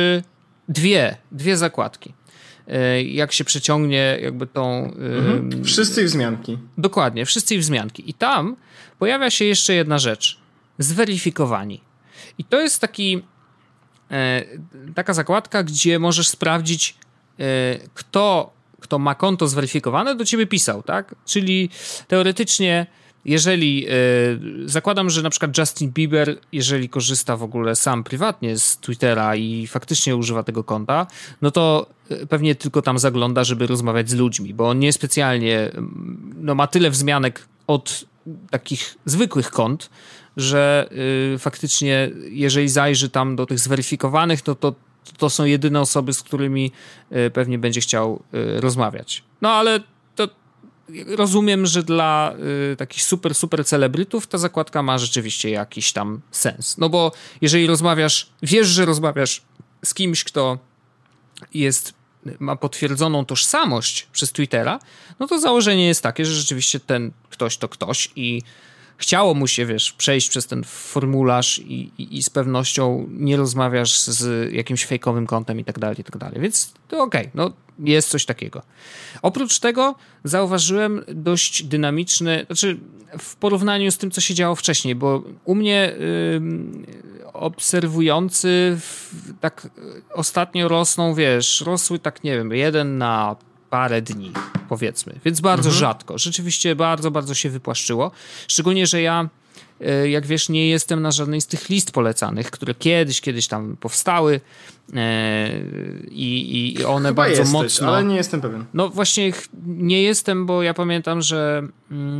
dwie zakładki. Jak się przeciągnie jakby tą... Wszyscy wzmianki. Dokładnie, wszyscy wzmianki. I tam pojawia się jeszcze jedna rzecz. Zweryfikowani. I to jest taka zakładka, gdzie możesz sprawdzić, kto ma konto zweryfikowane, do ciebie pisał, tak? Czyli teoretycznie jeżeli zakładam, że na przykład Justin Bieber, jeżeli korzysta w ogóle sam prywatnie z Twittera i faktycznie używa tego konta, no to pewnie tylko tam zagląda, żeby rozmawiać z ludźmi, bo on niespecjalnie ma tyle wzmianek od takich zwykłych kont, że faktycznie jeżeli zajrzy tam do tych zweryfikowanych, to są jedyne osoby, z którymi pewnie będzie chciał rozmawiać. No ale rozumiem, że dla takich super celebrytów ta zakładka ma rzeczywiście jakiś tam sens. No bo jeżeli wiesz, że rozmawiasz z kimś, kto ma potwierdzoną tożsamość przez Twittera, no to założenie jest takie, że rzeczywiście ten ktoś to ktoś i chciało mu się, przejść przez ten formularz i z pewnością nie rozmawiasz z jakimś fejkowym kontem i tak dalej. Więc to okej, no jest coś takiego. Oprócz tego zauważyłem dość dynamiczny, znaczy w porównaniu z tym, co się działo wcześniej, bo u mnie obserwujący tak ostatnio rosły tak, nie wiem, 1 na parę dni, powiedzmy. Więc bardzo rzadko. Rzeczywiście bardzo, bardzo się wypłaszczyło. Szczególnie, że ja, jak wiesz, nie jestem na żadnej z tych list polecanych, które kiedyś tam powstały i one chyba bardzo jesteś, mocno... ale nie jestem pewien. No właśnie nie jestem, bo ja pamiętam, że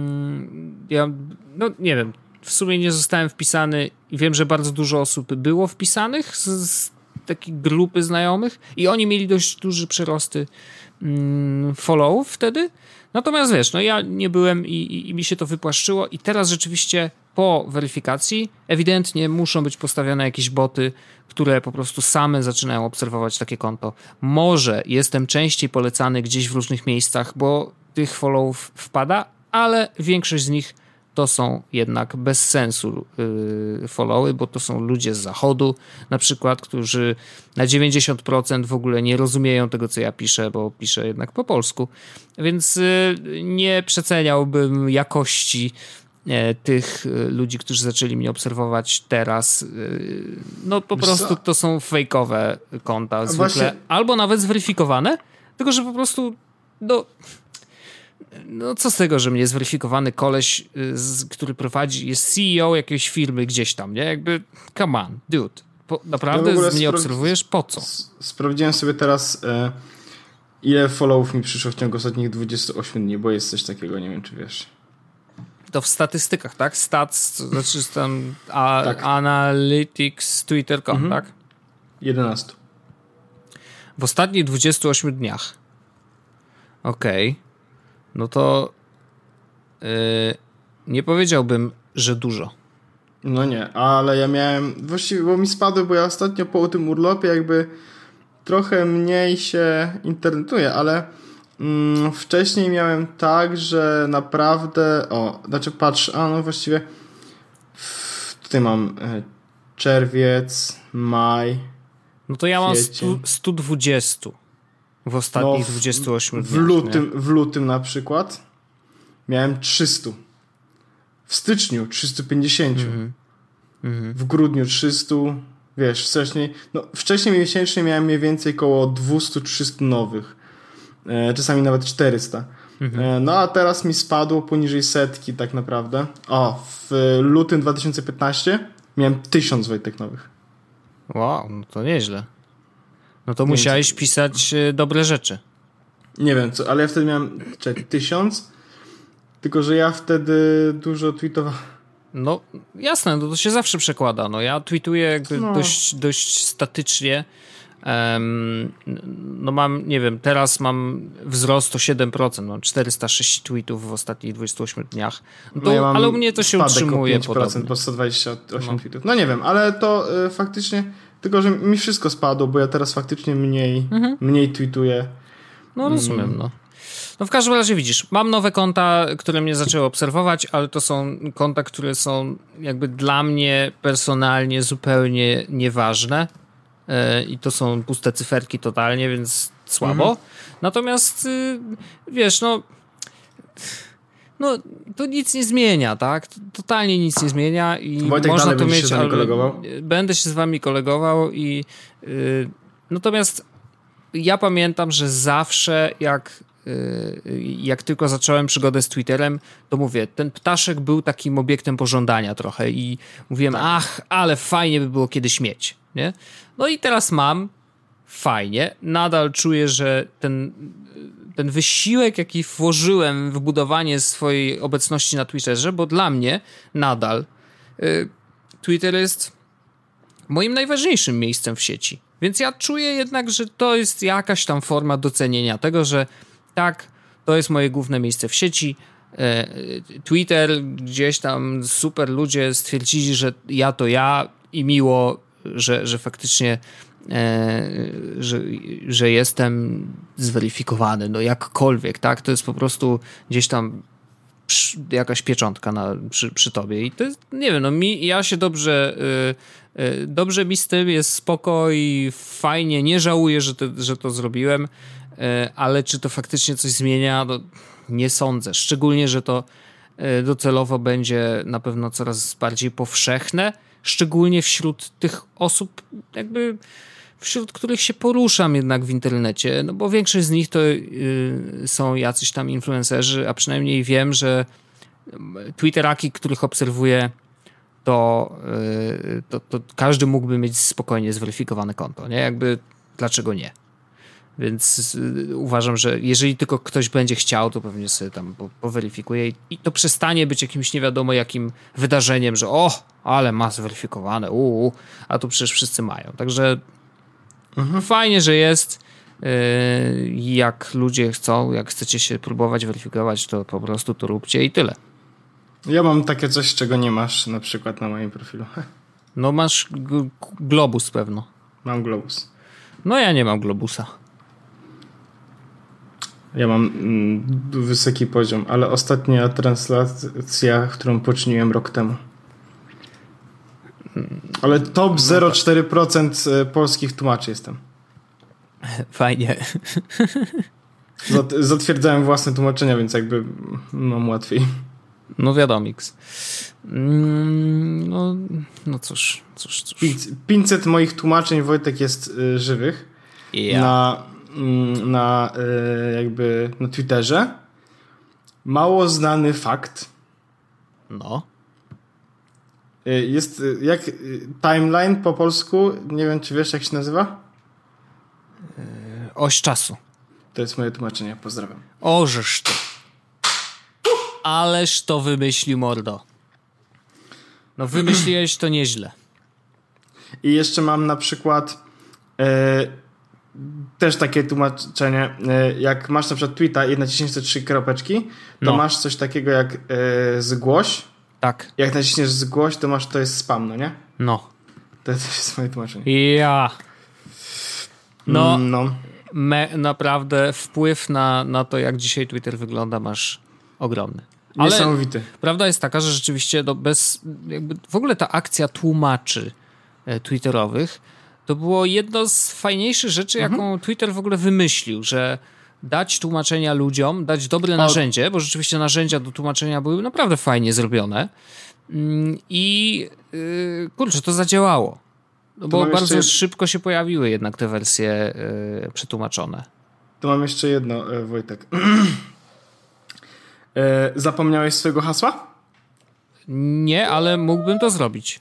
nie wiem, w sumie nie zostałem wpisany i wiem, że bardzo dużo osób było wpisanych z takiej grupy znajomych i oni mieli dość duże przyrosty followów wtedy. Natomiast ja nie byłem i mi się to wypłaszczyło i teraz rzeczywiście po weryfikacji ewidentnie muszą być postawione jakieś boty, które po prostu same zaczynają obserwować takie konto. Może jestem częściej polecany gdzieś w różnych miejscach, bo tych followów wpada, ale większość z nich to są jednak bez sensu followy, bo to są ludzie z zachodu na przykład, którzy na 90% w ogóle nie rozumieją tego, co ja piszę, bo piszę jednak po polsku, więc nie przeceniałbym jakości tych ludzi, którzy zaczęli mnie obserwować teraz. No po prostu to są fejkowe konta zwykle, właśnie... albo nawet zweryfikowane, tylko że po prostu no co z tego, że mnie zweryfikowany koleś, który jest CEO jakiejś firmy gdzieś tam, nie? Jakby, come on, dude. Naprawdę mnie obserwujesz? Po co? Sprawdziłem sobie teraz, ile followów mi przyszło w ciągu ostatnich 28 dni, bo jest coś takiego, nie wiem, czy wiesz. To w statystykach, tak? Stats, to znaczy tam tak. Analytics, Twitter.com, tak? 11. W ostatnich 28 dniach. Okej. No to nie powiedziałbym, że dużo. No nie, ale ja miałem... Właściwie, bo mi spadły, bo ja ostatnio po tym urlopie jakby trochę mniej się internetuję, ale wcześniej miałem tak, że naprawdę... Znaczy patrz, no właściwie tutaj mam czerwiec, maj, No to ja mam kwiecień. 120 w ostatnich 28 dniach. W lutym na przykład miałem 300. W styczniu 350. W grudniu 300. Wiesz, wcześniej miesięcznie miałem mniej więcej około 200-300 nowych. Czasami nawet 400. No a teraz mi spadło poniżej setki tak naprawdę. W lutym 2015 miałem 1000 Wojtek nowych. Wow, no to nieźle. No to musiałeś pisać dobre rzeczy. Nie wiem co, ale ja wtedy miałem 1000, tylko że ja wtedy dużo tweetowałem. No jasne, to się zawsze przekłada. No ja tweetuję jakby dość statycznie. No mam, nie wiem, teraz mam wzrost o 7%, mam 406 tweetów w ostatnich 28 dniach. No ale u mnie to się utrzymuje podobnie. Po 128 tweetów. No nie wiem, ale to faktycznie, tylko że mi wszystko spadło, bo ja teraz faktycznie mniej tweetuję. No rozumiem, no. No w każdym razie widzisz, mam nowe konta, które mnie zaczęły obserwować, ale to są konta, które są jakby dla mnie personalnie zupełnie nieważne. I to są puste cyferki totalnie, więc słabo. Natomiast wiesz, no to nic nie zmienia, tak? Totalnie nic nie zmienia i Wojtek można to mieć. Się z nami kolegował? Będę się z wami kolegował i natomiast ja pamiętam, że zawsze jak tylko zacząłem przygodę z Twitterem, to mówię, ten ptaszek był takim obiektem pożądania trochę i mówiłem, ale fajnie by było kiedyś mieć, nie? No i teraz mam, fajnie, nadal czuję, że ten wysiłek, jaki włożyłem w budowanie swojej obecności na Twitterze, bo dla mnie nadal Twitter jest moim najważniejszym miejscem w sieci. Więc ja czuję jednak, że to jest jakaś tam forma docenienia tego, że tak, to jest moje główne miejsce w sieci. Twitter, gdzieś tam super ludzie stwierdzili, że ja to ja i miło, że faktycznie że jestem zweryfikowany, no jakkolwiek, tak? To jest po prostu gdzieś tam jakaś pieczątka przy tobie i to jest, nie wiem, no ja się dobrze mi z tym, jest spoko i fajnie, nie żałuję, że to zrobiłem, ale czy to faktycznie coś zmienia? No, nie sądzę. Szczególnie, że to docelowo będzie na pewno coraz bardziej powszechne, szczególnie wśród tych osób, jakby wśród których się poruszam jednak w internecie, no bo większość z nich to są jacyś tam influencerzy, a przynajmniej wiem, że twitteraki, których obserwuję, to każdy mógłby mieć spokojnie zweryfikowane konto, nie? Jakby dlaczego nie? Więc uważam, że jeżeli tylko ktoś będzie chciał, to pewnie sobie tam poweryfikuje i to przestanie być jakimś nie wiadomo jakim wydarzeniem, że ale ma zweryfikowane, a tu przecież wszyscy mają. Także fajnie, że jest. Jak ludzie chcą, jak chcecie się próbować weryfikować, to po prostu to róbcie i tyle. Ja mam takie coś, czego nie masz na przykład na moim profilu. No masz globus pewno. Mam globus. No ja nie mam globusa. Ja mam wysoki poziom, ale ostatnia translacja, którą poczyniłem rok temu. Ale top 0,4% polskich tłumaczy jestem. Fajnie. Zatwierdzałem własne tłumaczenia, więc jakby mam łatwiej. No wiadomiks. No cóż. 500 moich tłumaczeń, Wojtek, jest żywych. Na Twitterze. Mało znany fakt. No. Jest jak timeline po polsku, nie wiem czy wiesz jak się nazywa? Oś czasu. To jest moje tłumaczenie, pozdrawiam. Ożeż to. Ależ to wymyślił, mordo. No wymyśliłeś to nieźle. I jeszcze mam na przykład też takie tłumaczenie, jak masz na przykład tweeta i naciśniesz te 3 kropeczki, to masz coś takiego jak zgłoś. Tak. Jak naciśniesz zgłoś, to jest spam, no nie? No. To jest moje tłumaczenie. Ja. No. Naprawdę wpływ na to, jak dzisiaj Twitter wygląda, masz ogromny. Ale niesamowity. Prawda jest taka, że rzeczywiście w ogóle ta akcja tłumaczy twitterowych to było jedno z fajniejszych rzeczy, jaką Twitter w ogóle wymyślił, że dać tłumaczenia ludziom, dać dobre narzędzie, bo rzeczywiście narzędzia do tłumaczenia były naprawdę fajnie zrobione i kurczę, to zadziałało. No bo bardzo szybko się pojawiły jednak te wersje przetłumaczone. To mam jeszcze jedno, Wojtek. Zapomniałeś swojego hasła? Nie, ale mógłbym to zrobić.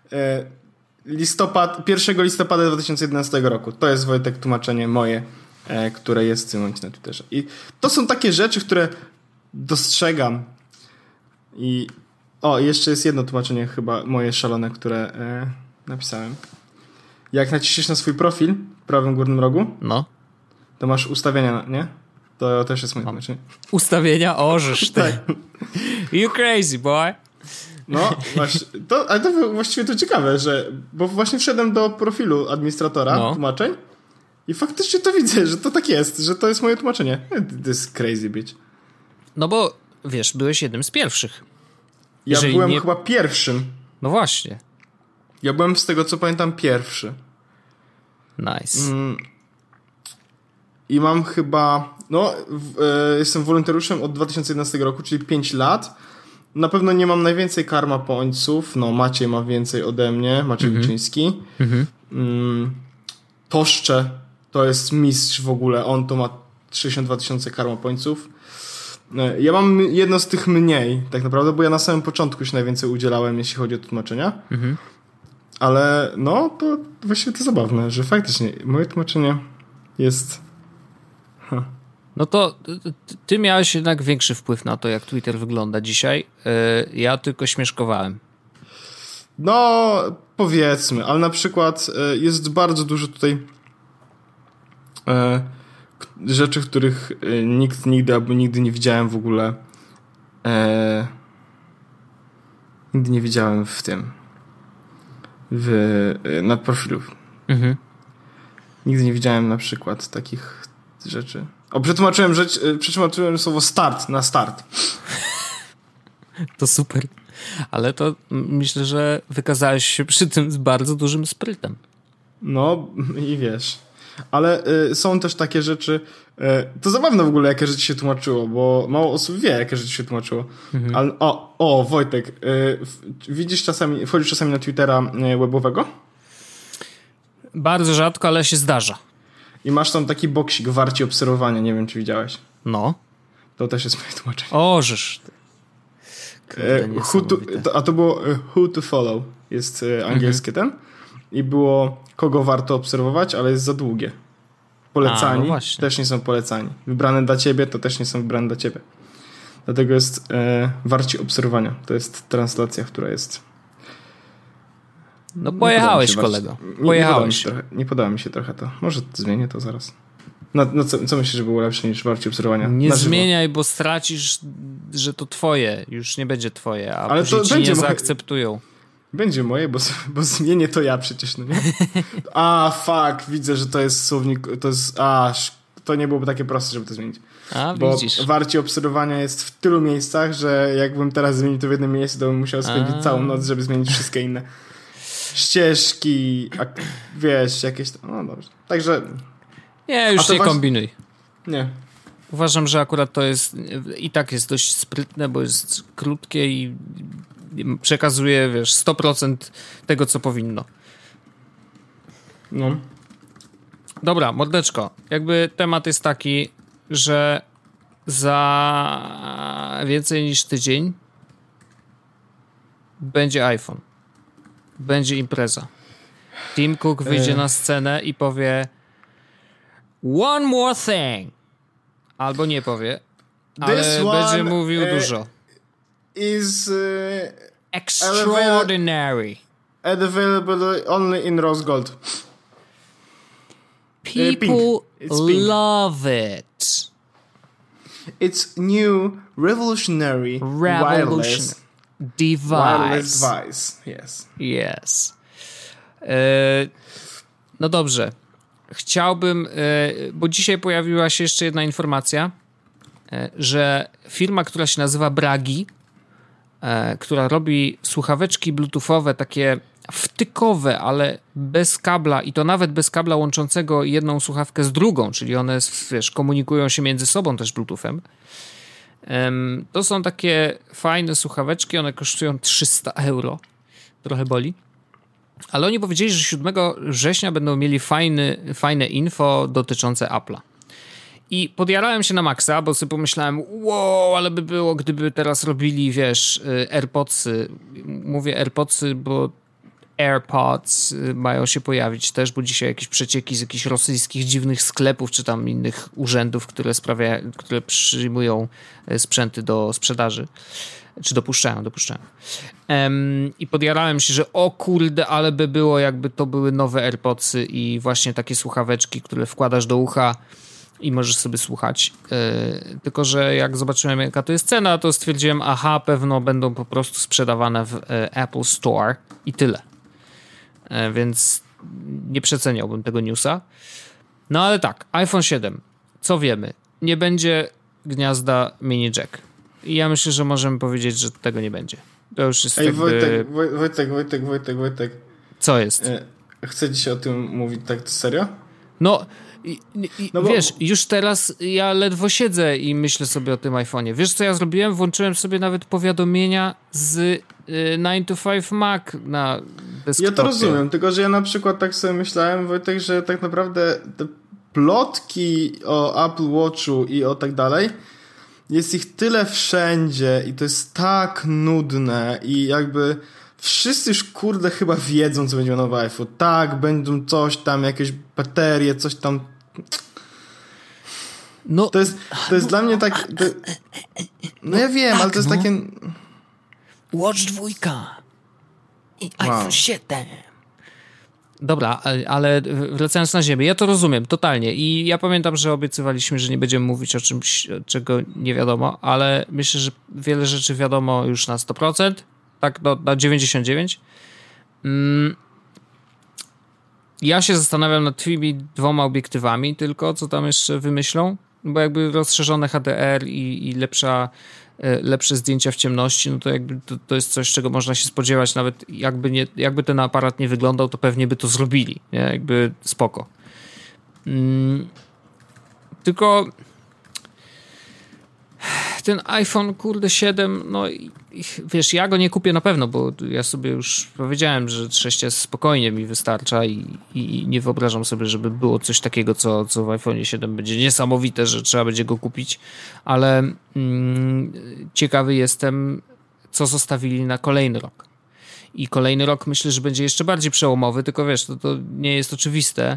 1 listopada 2011 roku. To jest, Wojtek, tłumaczenie moje, które jest w tym momencie na Twitterze. I to są takie rzeczy, które dostrzegam. I jeszcze jest jedno tłumaczenie chyba moje szalone, które napisałem. Jak naciśniesz na swój profil w prawym górnym rogu, to masz ustawienia, nie? To też jest moje tłumaczenie. Ustawienia? Orzesz ty. Tak. You crazy boy. No, właśnie. Ale to właściwie to ciekawe, bo właśnie wszedłem do profilu administratora tłumaczeń i faktycznie to widzę, że to tak jest, że to jest moje tłumaczenie. To jest crazy bitch. No bo, wiesz, byłeś jednym z pierwszych. Ja byłem chyba pierwszym. No właśnie. Ja byłem, z tego co pamiętam, pierwszy. Nice. I mam chyba... jestem wolontariuszem od 2011 roku, czyli 5 lat. Na pewno nie mam najwięcej karma pońców. Maciej ma więcej ode mnie. Maciej Wilczyński. Toszcze to jest mistrz w ogóle. On to ma 62 000 karma pońców. Ja mam jedno z tych mniej, tak naprawdę, bo ja na samym początku się najwięcej udzielałem, jeśli chodzi o tłumaczenia. Ale to właściwie to zabawne, że faktycznie moje tłumaczenie jest... No to ty miałeś jednak większy wpływ na to, jak Twitter wygląda dzisiaj. Ja tylko śmieszkowałem. No, powiedzmy, ale na przykład jest bardzo dużo tutaj rzeczy, których nikt nigdy albo nigdy nie widziałem w ogóle. Nigdy nie widziałem w tym. Na profilu. Nigdy nie widziałem na przykład takich rzeczy. Przetłumaczyłem słowo start na start. To super. Ale to myślę, że wykazałeś się przy tym z bardzo dużym sprytem. No i wiesz. Ale są też takie rzeczy... to zabawne w ogóle, jakie rzeczy się tłumaczyło, bo mało osób wie, jakie rzeczy się tłumaczyło. Ale, Wojtek, wchodzisz czasami na Twittera webowego? Bardzo rzadko, ale się zdarza. I masz tam taki boksik warci obserwowania, nie wiem, czy widziałeś. No. To też jest moje tłumaczenie. Ożesz. To było who to follow. Jest angielskie ten. I było kogo warto obserwować, ale jest za długie. Polecani też nie są polecani. Wybrane dla ciebie to też nie są wybrane dla ciebie. Dlatego jest warci obserwowania. To jest translacja, która jest... No pojechałeś, kolego. Pojechałeś. Nie podoba mi się trochę to. Może zmienię to zaraz. Co myślisz, że było lepsze niż warci obserwowania? Nie zmieniaj, bo stracisz, że to twoje. Już nie będzie twoje, a później ci nie zaakceptują. Będzie moje, bo zmienię to ja przecież, no nie? Fuck, widzę, że to jest słownik, to nie byłoby takie proste, żeby to zmienić. Bo widzisz. Warci obserwowania jest w tylu miejscach, że jakbym teraz zmienił to w jednym miejscu, to bym musiał spędzić całą noc, żeby zmienić wszystkie inne ścieżki, wiesz, jakieś... No dobrze. Także... Nie, już nie kombinuj. Nie. Uważam, że akurat to jest i tak jest dość sprytne, bo jest krótkie i przekazuje, wiesz, 100% tego, co powinno. No. Dobra, mordeczko. Jakby temat jest taki, że za więcej niż tydzień będzie iPhone. Będzie impreza. Tim Cook wyjdzie na scenę i powie one more thing. Albo nie powie, ale będzie mówił dużo. Is extraordinary and available only in rose gold. People love it. It's new revolutionary wireless device. Yes. No dobrze. chciałbym, bo dzisiaj pojawiła się jeszcze jedna informacja, że firma, która się nazywa Bragi, która robi słuchaweczki bluetoothowe, takie wtykowe, ale bez kabla i to nawet bez kabla łączącego jedną słuchawkę z drugą, czyli one, wiesz, komunikują się między sobą też bluetoothem. To są takie fajne słuchaweczki, one kosztują 300 euro. Trochę boli. Ale oni powiedzieli, że 7 września będą mieli fajne info dotyczące Apple'a. I podjarałem się na maksa, bo sobie pomyślałem, wow, ale by było, gdyby teraz robili, wiesz, AirPodsy. Mówię AirPodsy, bo AirPods mają się pojawić też, bo dzisiaj jakieś przecieki z jakichś rosyjskich dziwnych sklepów, czy tam innych urzędów, które przyjmują sprzęty do sprzedaży, czy dopuszczają. I podjarałem się, że o kurde, ale by było, jakby to były nowe AirPodsy i właśnie takie słuchaweczki, które wkładasz do ucha i możesz sobie słuchać. Tylko że jak zobaczyłem, jaka to jest cena, to stwierdziłem, aha, pewno będą po prostu sprzedawane w Apple Store i tyle. Więc nie przeceniałbym tego newsa. No ale tak, iPhone 7. Co wiemy? Nie będzie gniazda mini jack. I ja myślę, że możemy powiedzieć, że tego nie będzie. To już jest Wojtek. Co jest? Chcę dzisiaj o tym mówić tak serio? No, wiesz, już teraz ja ledwo siedzę i myślę sobie o tym iPhone'ie. Wiesz, co ja zrobiłem? Włączyłem sobie nawet powiadomienia z 9 to 5 Mac na desktopie. Ja to rozumiem, tylko że ja na przykład tak sobie myślałem, Wojtek, że tak naprawdę te plotki o Apple Watchu i o tak dalej, jest ich tyle wszędzie i to jest tak nudne i jakby wszyscy już kurde chyba wiedzą, co będzie nowy iPhone. Tak, będą coś tam, jakieś baterie, coś tam. No, to jest dla mnie tak. No ja wiem, ale to jest takie. Watch 2 i iPhone 7. Dobra, ale wracając na ziemię, ja to rozumiem totalnie i ja pamiętam, że obiecywaliśmy, że nie będziemy mówić o czymś, czego nie wiadomo, ale myślę, że wiele rzeczy wiadomo już na 100%, tak na 99%. Ja się zastanawiam nad tymi 2 obiektywami tylko, co tam jeszcze wymyślą, bo jakby rozszerzone HDR i lepsze zdjęcia w ciemności, no to jakby to jest coś, czego można się spodziewać, nawet jakby ten aparat nie wyglądał, to pewnie by to zrobili, nie? Jakby spoko. Tylko ten iPhone, kurde, 7, no wiesz, ja go nie kupię na pewno, bo ja sobie już powiedziałem, że 6 spokojnie mi wystarcza i nie wyobrażam sobie, żeby było coś takiego, co w iPhone 7 będzie niesamowite, że trzeba będzie go kupić, ale ciekawy jestem, co zostawili na kolejny rok. I kolejny rok myślę, że będzie jeszcze bardziej przełomowy, tylko wiesz, to nie jest oczywiste,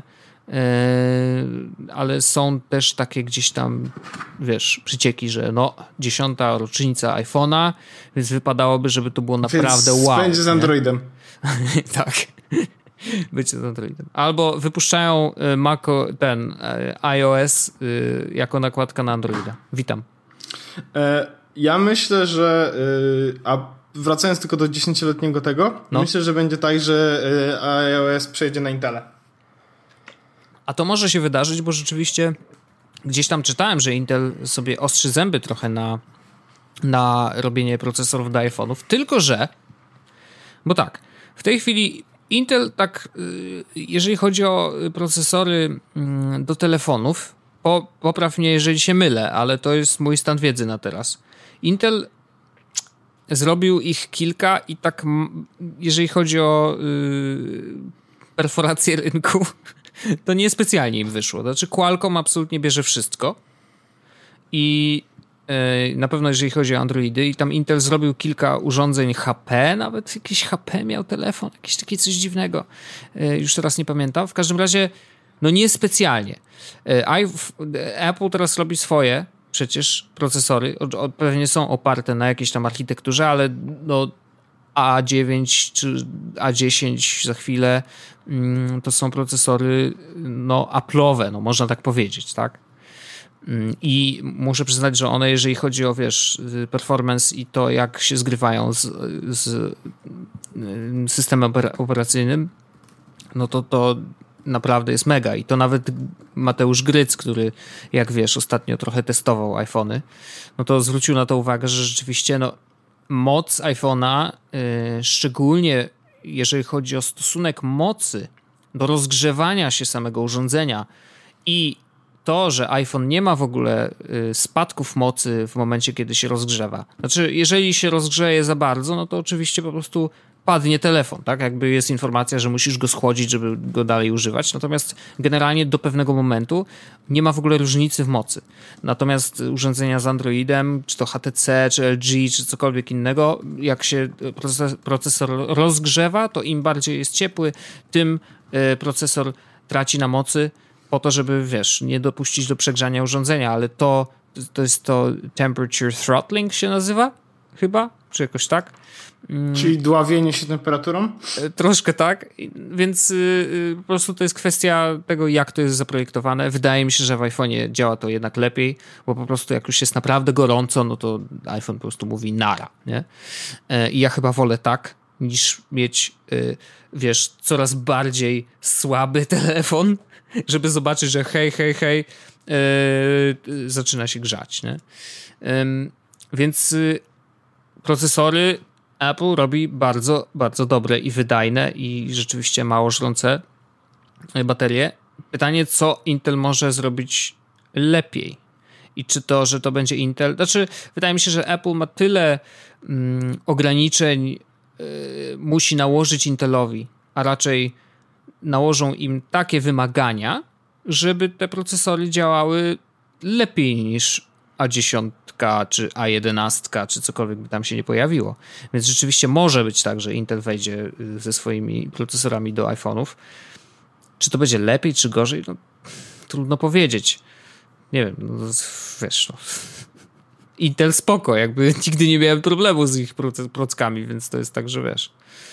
ale są też takie gdzieś tam, wiesz, przycieki, że 10. rocznica iPhone'a, więc wypadałoby, żeby to było naprawdę więc wow. Będzie z Androidem. Tak. Będzie z Androidem. Albo wypuszczają iOS jako nakładka na Androida. Witam. Ja myślę, że wracając tylko do 10-letniego tego, myślę, że będzie tak, że iOS przejdzie na Intele. A to może się wydarzyć, bo rzeczywiście gdzieś tam czytałem, że Intel sobie ostrzy zęby trochę na robienie procesorów do iPhone'ów, tylko że, bo tak, w tej chwili Intel tak, jeżeli chodzi o procesory do telefonów, popraw mnie, jeżeli się mylę, ale to jest mój stan wiedzy na teraz. Intel zrobił ich kilka i tak, jeżeli chodzi o perforację rynku, to niespecjalnie im wyszło. Znaczy Qualcomm absolutnie bierze wszystko i na pewno jeżeli chodzi o Androidy i tam Intel zrobił kilka urządzeń HP, nawet jakiś HP miał telefon, jakieś takie coś dziwnego. Już teraz nie pamiętam. W każdym razie niespecjalnie. Apple teraz robi swoje przecież procesory. Pewnie są oparte na jakiejś tam architekturze, ale A9 czy A10 za chwilę to są procesory Apple'owe, można tak powiedzieć, tak? I muszę przyznać, że one, jeżeli chodzi o, wiesz, performance i to, jak się zgrywają z systemem operacyjnym, to naprawdę jest mega. I to nawet Mateusz Gryc, który, jak wiesz, ostatnio trochę testował iPhony, no to zwrócił na to uwagę, że rzeczywiście moc iPhone'a, szczególnie jeżeli chodzi o stosunek mocy do rozgrzewania się samego urządzenia i to, że iPhone nie ma w ogóle spadków mocy w momencie, kiedy się rozgrzewa. Znaczy, jeżeli się rozgrzeje za bardzo, no to oczywiście po prostu padnie telefon, tak? Jakby jest informacja, że musisz go schłodzić, żeby go dalej używać. Natomiast generalnie do pewnego momentu nie ma w ogóle różnicy w mocy. Natomiast urządzenia z Androidem, czy to HTC, czy LG, czy cokolwiek innego, jak się procesor rozgrzewa, to im bardziej jest ciepły, tym procesor traci na mocy po to, żeby, wiesz, nie dopuścić do przegrzania urządzenia, ale to jest to temperature throttling się nazywa chyba, czy jakoś tak. Czyli dławienie się temperaturą? Troszkę tak, więc po prostu to jest kwestia tego, jak to jest zaprojektowane. Wydaje mi się, że w iPhone'ie działa to jednak lepiej, bo po prostu jak już jest naprawdę gorąco, no to iPhone po prostu mówi nara, nie? I ja chyba wolę tak, niż mieć, wiesz, coraz bardziej słaby telefon, żeby zobaczyć, że hej, zaczyna się grzać, nie? Więc procesory Apple robi bardzo, bardzo dobre i wydajne i rzeczywiście mało żrące baterie. Pytanie, co Intel może zrobić lepiej? I czy to, że to będzie Intel... Znaczy, wydaje mi się, że Apple ma tyle ograniczeń, musi nałożyć Intelowi, a raczej nałożą im takie wymagania, żeby te procesory działały lepiej niż A10 czy A11 czy cokolwiek by tam się nie pojawiło. Więc rzeczywiście może być tak, że Intel wejdzie ze swoimi procesorami do iPhone'ów. Czy to będzie lepiej, czy gorzej? No, trudno powiedzieć. Nie wiem, no, wiesz, no. Intel spoko, jakby nigdy nie miałem problemu z ich prockami, więc to jest tak, że wiesz...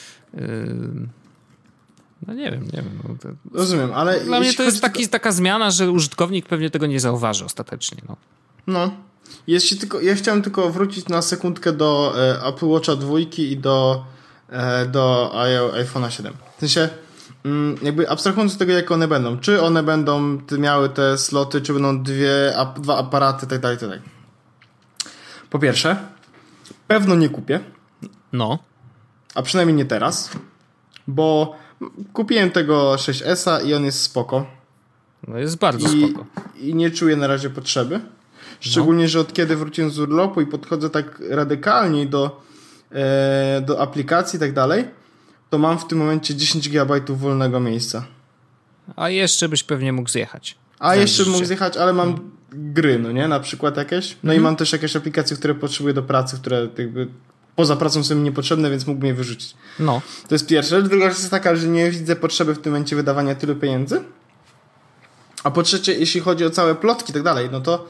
No nie wiem. No to... Rozumiem, ale... Dla mnie to jest taka zmiana, że użytkownik pewnie tego nie zauważy ostatecznie. No. Ja chciałem tylko wrócić na sekundkę do Apple Watcha 2 i do iPhone'a 7. W sensie, jakby abstrahując od tego, jak one będą. Czy one będą miały te sloty, czy będą dwa aparaty, tak dalej. Po pierwsze, pewno nie kupię. No. A przynajmniej nie teraz. Bo kupiłem tego 6S i on jest spoko. No jest bardzo spoko. I nie czuję na razie potrzeby. Szczególnie, że od kiedy wróciłem z urlopu i podchodzę tak radykalnie do aplikacji i tak dalej, to mam w tym momencie 10 GB wolnego miejsca. A jeszcze byś pewnie mógł zjechać. Mógł zjechać, ale mam gry, no nie? Na przykład jakieś. No i mam też jakieś aplikacje, które potrzebuję do pracy, które jakby poza pracą są mi niepotrzebne, więc mógłbym je wyrzucić. No. To jest pierwsza rzecz. Druga rzecz jest taka, że nie widzę potrzeby w tym momencie wydawania tylu pieniędzy. A po trzecie, jeśli chodzi o całe plotki i tak dalej, no to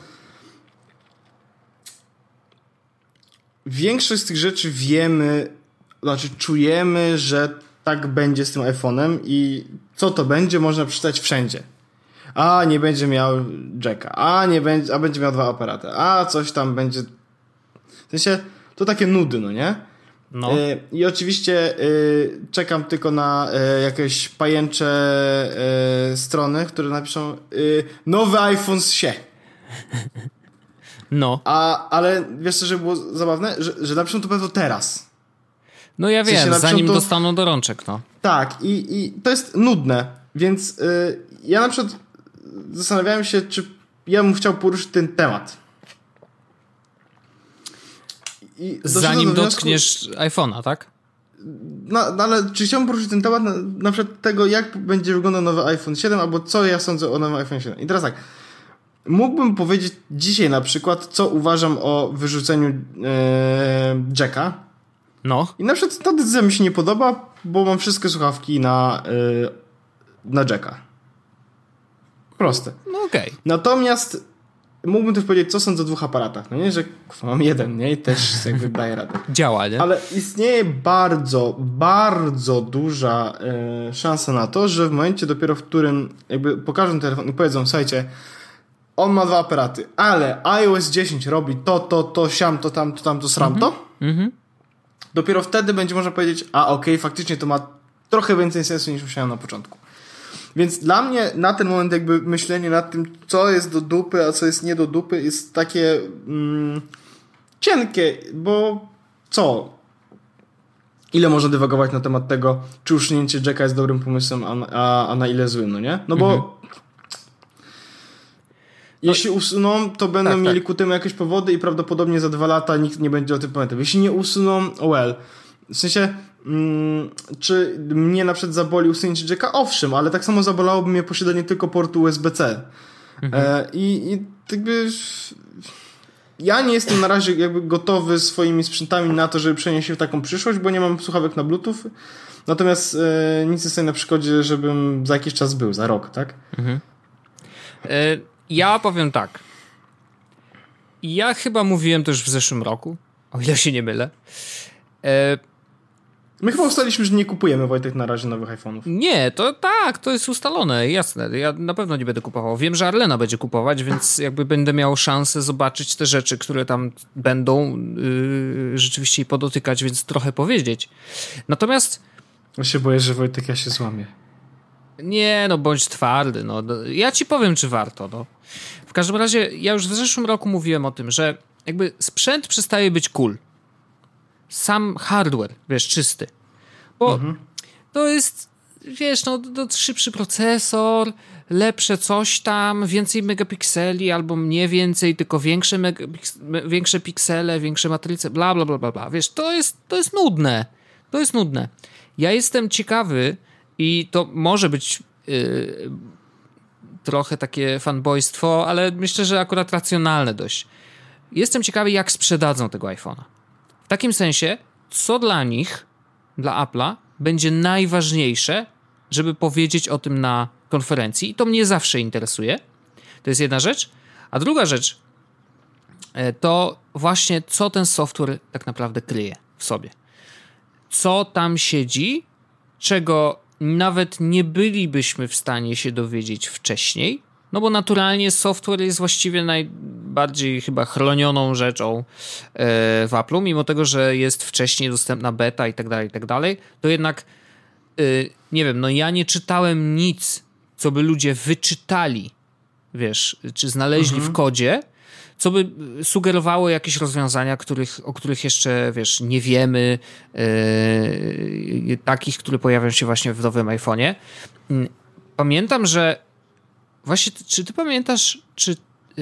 większość z tych rzeczy czujemy, że tak będzie z tym iPhone'em i co to będzie, można przeczytać wszędzie. A nie będzie miał jacka, a będzie miał 2 aparaty, a coś tam będzie... W sensie, to takie nudy, no nie? No. I oczywiście czekam tylko na jakieś pajęcze strony, które napiszą nowy iPhone się. No. Ale wiesz co, że było zabawne? Że napiszą to pewno teraz. No ja wiem, zanim dostaną do rączek, no. Tak, i to jest nudne, więc ja na przykład zastanawiałem się, czy ja bym chciał poruszyć ten temat. Zanim dotkniesz iPhone'a, tak? No, ale czy chciałbym poruszyć ten temat na przykład tego, jak będzie wyglądał nowy iPhone 7, albo co ja sądzę o nowym iPhone 7. I teraz tak, mógłbym powiedzieć dzisiaj na przykład, co uważam o wyrzuceniu jacka. No. I na przykład ta decyzja mi się nie podoba, bo mam wszystkie słuchawki na jacka. Proste. No okej. Natomiast mógłbym też powiedzieć, co sądzę o 2 aparatach. No nie, że mam jeden, nie? I też jakby daje radę. Działa, nie? Ale istnieje bardzo, bardzo duża szansa na to, że w momencie dopiero, w którym jakby pokażą telefon i powiedzą, słuchajcie, on ma 2 aparaty, ale iOS 10 robi to, siam, to tam, to sram to. Dopiero wtedy będzie można powiedzieć, okej, faktycznie to ma trochę więcej sensu niż myślałem na początku. Więc dla mnie na ten moment jakby myślenie nad tym, co jest do dupy, a co jest nie do dupy, jest takie cienkie, bo co? Ile można dywagować na temat tego, czy usunięcie Jacka jest dobrym pomysłem, a na ile złym, no nie? No bo jeśli usuną, to będą mieli ku temu jakieś powody i prawdopodobnie za 2 lata nikt nie będzie o tym pamiętał. Jeśli nie usuną, w sensie, czy mnie na przykład zaboli usunięcie Jacka? Owszem, ale tak samo zabolałoby mnie posiadanie tylko portu USB-C. I jakby ja nie jestem na razie jakby gotowy swoimi sprzętami na to, żeby przenieść się w taką przyszłość, bo nie mam słuchawek na Bluetooth. Natomiast nic nie stoi na przeszkodzie, żebym za jakiś czas był, za rok, tak? Ja powiem tak. Ja chyba mówiłem to już w zeszłym roku, o ile się nie mylę. My chyba ustaliliśmy, że nie kupujemy, Wojtek, na razie nowych iPhone'ów. Nie, to jest ustalone, jasne. Ja na pewno nie będę kupował. Wiem, że Arlena będzie kupować, więc jakby będę miał szansę zobaczyć te rzeczy, które tam będą, rzeczywiście jej podotykać, więc trochę powiedzieć. Natomiast... Ja się boję, że Wojtek, ja się złamię. Nie, no bądź twardy. No. Ja ci powiem, czy warto. No. W każdym razie, ja już w zeszłym roku mówiłem o tym, że jakby sprzęt przestaje być cool. Sam hardware, wiesz, czysty. Bo to jest, wiesz, no szybszy procesor, lepsze coś tam, więcej megapikseli albo mniej więcej, tylko większe piksele, większe matryce, bla, bla, bla, bla, bla. Wiesz, to jest nudne. To jest nudne. Ja jestem ciekawy i to może być trochę takie fanboystwo, ale myślę, że akurat racjonalne dość. Jestem ciekawy, jak sprzedadzą tego iPhone'a. W takim sensie, co dla nich, dla Apple'a, będzie najważniejsze, żeby powiedzieć o tym na konferencji. I to mnie zawsze interesuje. To jest jedna rzecz. A druga rzecz to właśnie, co ten software tak naprawdę kryje w sobie. Co tam siedzi, czego nawet nie bylibyśmy w stanie się dowiedzieć wcześniej, no bo naturalnie software jest właściwie najbardziej chyba chronioną rzeczą w Apple'u, mimo tego, że jest wcześniej dostępna beta i tak dalej, to jednak nie wiem, no ja nie czytałem nic, co by ludzie wyczytali, wiesz, czy znaleźli w kodzie, co by sugerowało jakieś rozwiązania, o których jeszcze, wiesz, nie wiemy, takich, które pojawią się właśnie w nowym iPhone'ie. Pamiętam, że właśnie, czy ty pamiętasz, czy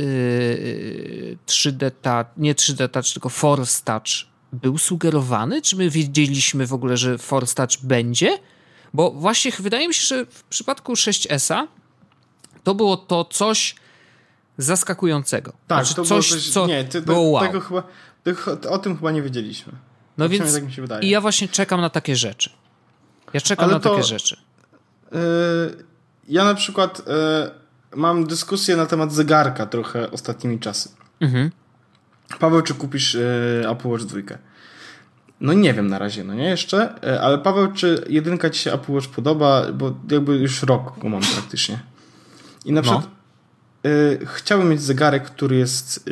3D Touch, nie 3D Touch, tylko Force Touch był sugerowany? Czy my wiedzieliśmy w ogóle, że Force Touch będzie? Bo właśnie wydaje mi się, że w przypadku 6S-a to było to coś zaskakującego. Tak, znaczy, to coś, było coś, co nie, było wow. O tym chyba nie wiedzieliśmy. No więc tak mi się wydaje. I ja właśnie czekam na takie rzeczy. Takie rzeczy. Ja na przykład mam dyskusję na temat zegarka trochę ostatnimi czasy. Paweł, czy kupisz Apple Watch 2? No nie wiem na razie, no nie jeszcze, ale Paweł, czy 1 ci się Apple Watch podoba, bo jakby już rok go mam praktycznie. I na przykład chciałbym mieć zegarek, który jest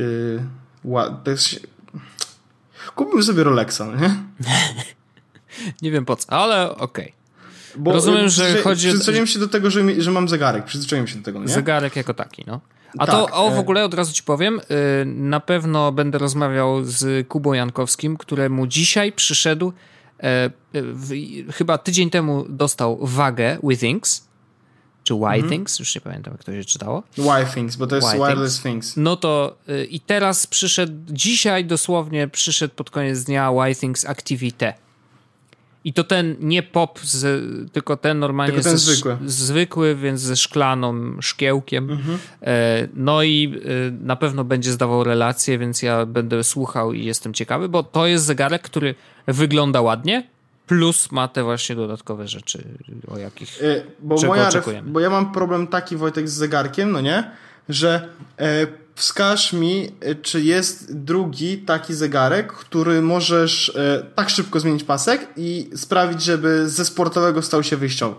kupmy sobie Rolexa, no nie? Nie wiem po co, ale okej. Bo rozumiem, że chodzi... Przyzwyczaiłem się do tego, że mam zegarek. Przyzwyczaiłem się do tego, nie? Zegarek jako taki, no. A tak, to w ogóle od razu ci powiem, na pewno będę rozmawiał z Kubą Jankowskim, któremu dzisiaj przyszedł, chyba tydzień temu dostał wagę Withings, czy Y-Things, już nie pamiętam, jak to się czytało. Y-Things, bo to jest Wireless Things. No to i teraz dzisiaj dosłownie przyszedł pod koniec dnia Y-Things Activity. I to ten nie pop, tylko ten normalnie tylko ten zwykły, więc ze szklaną szkiełkiem. No i na pewno będzie zdawał relacje, więc ja będę słuchał i jestem ciekawy, bo to jest zegarek, który wygląda ładnie, plus ma te właśnie dodatkowe rzeczy, o jakich oczekujemy. Bo ja mam problem taki, Wojtek, z zegarkiem, no nie? Że wskaż mi, czy jest drugi taki zegarek, który możesz tak szybko zmienić pasek i sprawić, żeby ze sportowego stał się wyjściowy.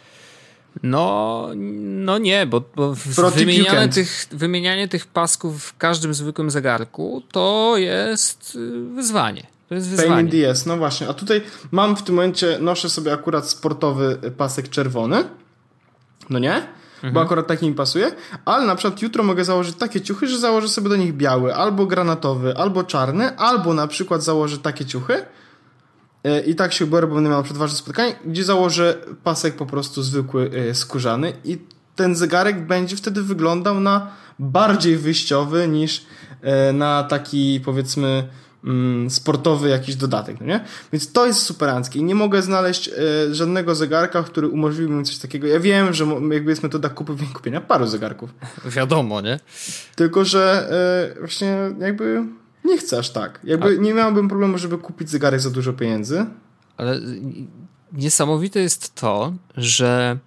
No nie, bo wymienianie tych pasków w każdym zwykłym zegarku to jest wyzwanie. To jest wyzwanie. Pain in the ass, no właśnie. A tutaj mam w tym momencie, noszę sobie akurat sportowy pasek czerwony No nie? Bo akurat taki mi pasuje, ale na przykład jutro mogę założyć takie ciuchy, że założę sobie do nich biały, albo granatowy, albo czarny, albo na przykład założę takie ciuchy i tak się ubiorę, bo będę miał przedważne spotkanie, gdzie założę pasek po prostu zwykły, skórzany i ten zegarek będzie wtedy wyglądał na bardziej wyjściowy niż na taki, powiedzmy, sportowy jakiś dodatek, no nie? Więc to jest superanckie i nie mogę znaleźć żadnego zegarka, który umożliwi mi coś takiego. Ja wiem, że jakby jest metoda kupienia paru zegarków. Wiadomo, nie? Tylko, że właśnie jakby nie chcę aż tak. Jakby nie miałbym problemu, żeby kupić zegarek za dużo pieniędzy. Ale niesamowite jest to, że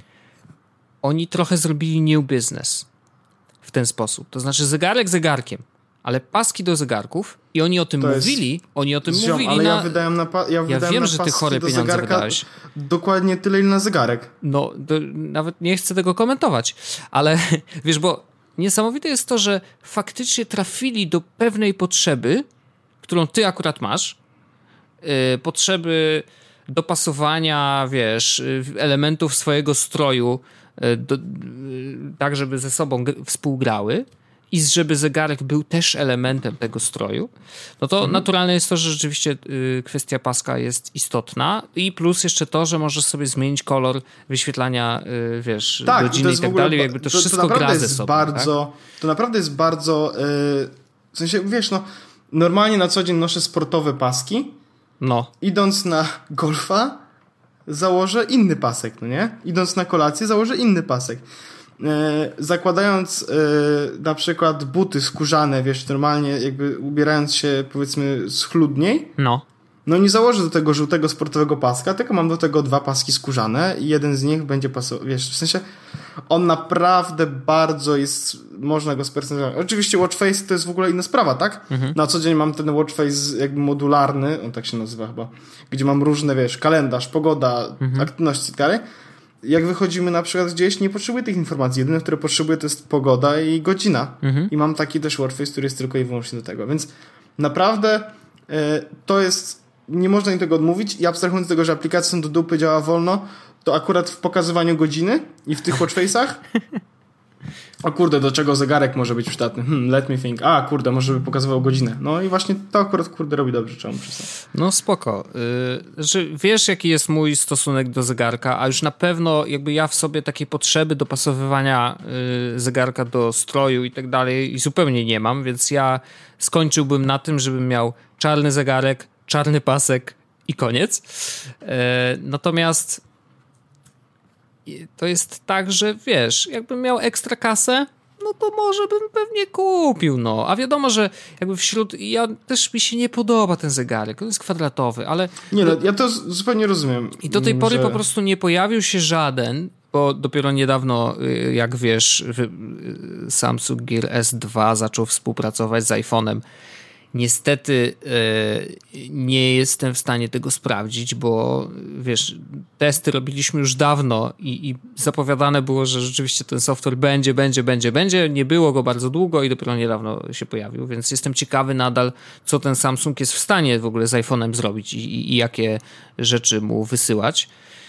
oni trochę zrobili new business w ten sposób. To znaczy zegarek zegarkiem, ale paski do zegarków i oni o tym mówili. Oni o tym mówili ale ja wydałem na ja wiem, że ty chore pieniądze wydałeś. Dokładnie tyle, ile na zegarek. No, nawet nie chcę tego komentować, ale wiesz, bo niesamowite jest to, że faktycznie trafili do pewnej potrzeby, którą ty akurat masz, potrzeby dopasowania, wiesz, elementów swojego stroju tak, żeby ze sobą współgrały i żeby zegarek był też elementem tego stroju, no to naturalne jest to, że rzeczywiście kwestia paska jest istotna i plus jeszcze to, że możesz sobie zmienić kolor wyświetlania, wiesz, godziny i tak dalej, jakby to wszystko gra ze sobą. To naprawdę jest bardzo w sensie, wiesz, no normalnie na co dzień noszę sportowe paski, idąc na golfa założę inny pasek, no nie? Idąc na kolację założę inny pasek. Zakładając na przykład buty skórzane, wiesz, normalnie jakby ubierając się powiedzmy schludniej, no nie założę do tego żółtego sportowego paska, tylko mam do tego 2 paski skórzane i jeden z nich będzie pasował, wiesz, w sensie on naprawdę bardzo jest, można go spersonalizować. Oczywiście watch face to jest w ogóle inna sprawa, tak? Na co dzień mam ten watch face jakby modularny, on tak się nazywa chyba, gdzie mam różne, wiesz, kalendarz, pogoda, aktywności i tak dalej. Jak wychodzimy na przykład gdzieś, nie potrzebuję tych informacji. Jedyne, które potrzebuję, to jest pogoda i godzina. I mam taki też watchface, który jest tylko i wyłącznie do tego. Więc naprawdę to jest, nie można im tego odmówić i abstrahując z tego, że aplikacje są do dupy, działa wolno, to akurat w pokazywaniu godziny i w tych watchface'ach o kurde, do czego zegarek może być przydatny? Let me think. A kurde, może by pokazywał godzinę. No i właśnie to akurat kurde robi dobrze, trzeba mu przyznać. No spoko. Wiesz, jaki jest mój stosunek do zegarka, a już na pewno jakby ja w sobie takiej potrzeby dopasowywania zegarka do stroju i tak dalej zupełnie nie mam, więc ja skończyłbym na tym, żebym miał czarny zegarek, czarny pasek i koniec. Natomiast to jest tak, że wiesz, jakbym miał ekstra kasę, no to może bym pewnie kupił, no. A wiadomo, że jakby ja też mi się nie podoba ten zegarek, on jest kwadratowy, ale... Nie, no, ja to zupełnie rozumiem. I do tej pory po prostu nie pojawił się żaden, bo dopiero niedawno, jak wiesz, Samsung Gear S2 zaczął współpracować z iPhone'em. Niestety nie jestem w stanie tego sprawdzić, bo wiesz, testy robiliśmy już dawno i zapowiadane było, że rzeczywiście ten software będzie. Nie było go bardzo długo i dopiero niedawno się pojawił, więc jestem ciekawy nadal, co ten Samsung jest w stanie w ogóle z iPhone'em zrobić i jakie rzeczy mu wysyłać.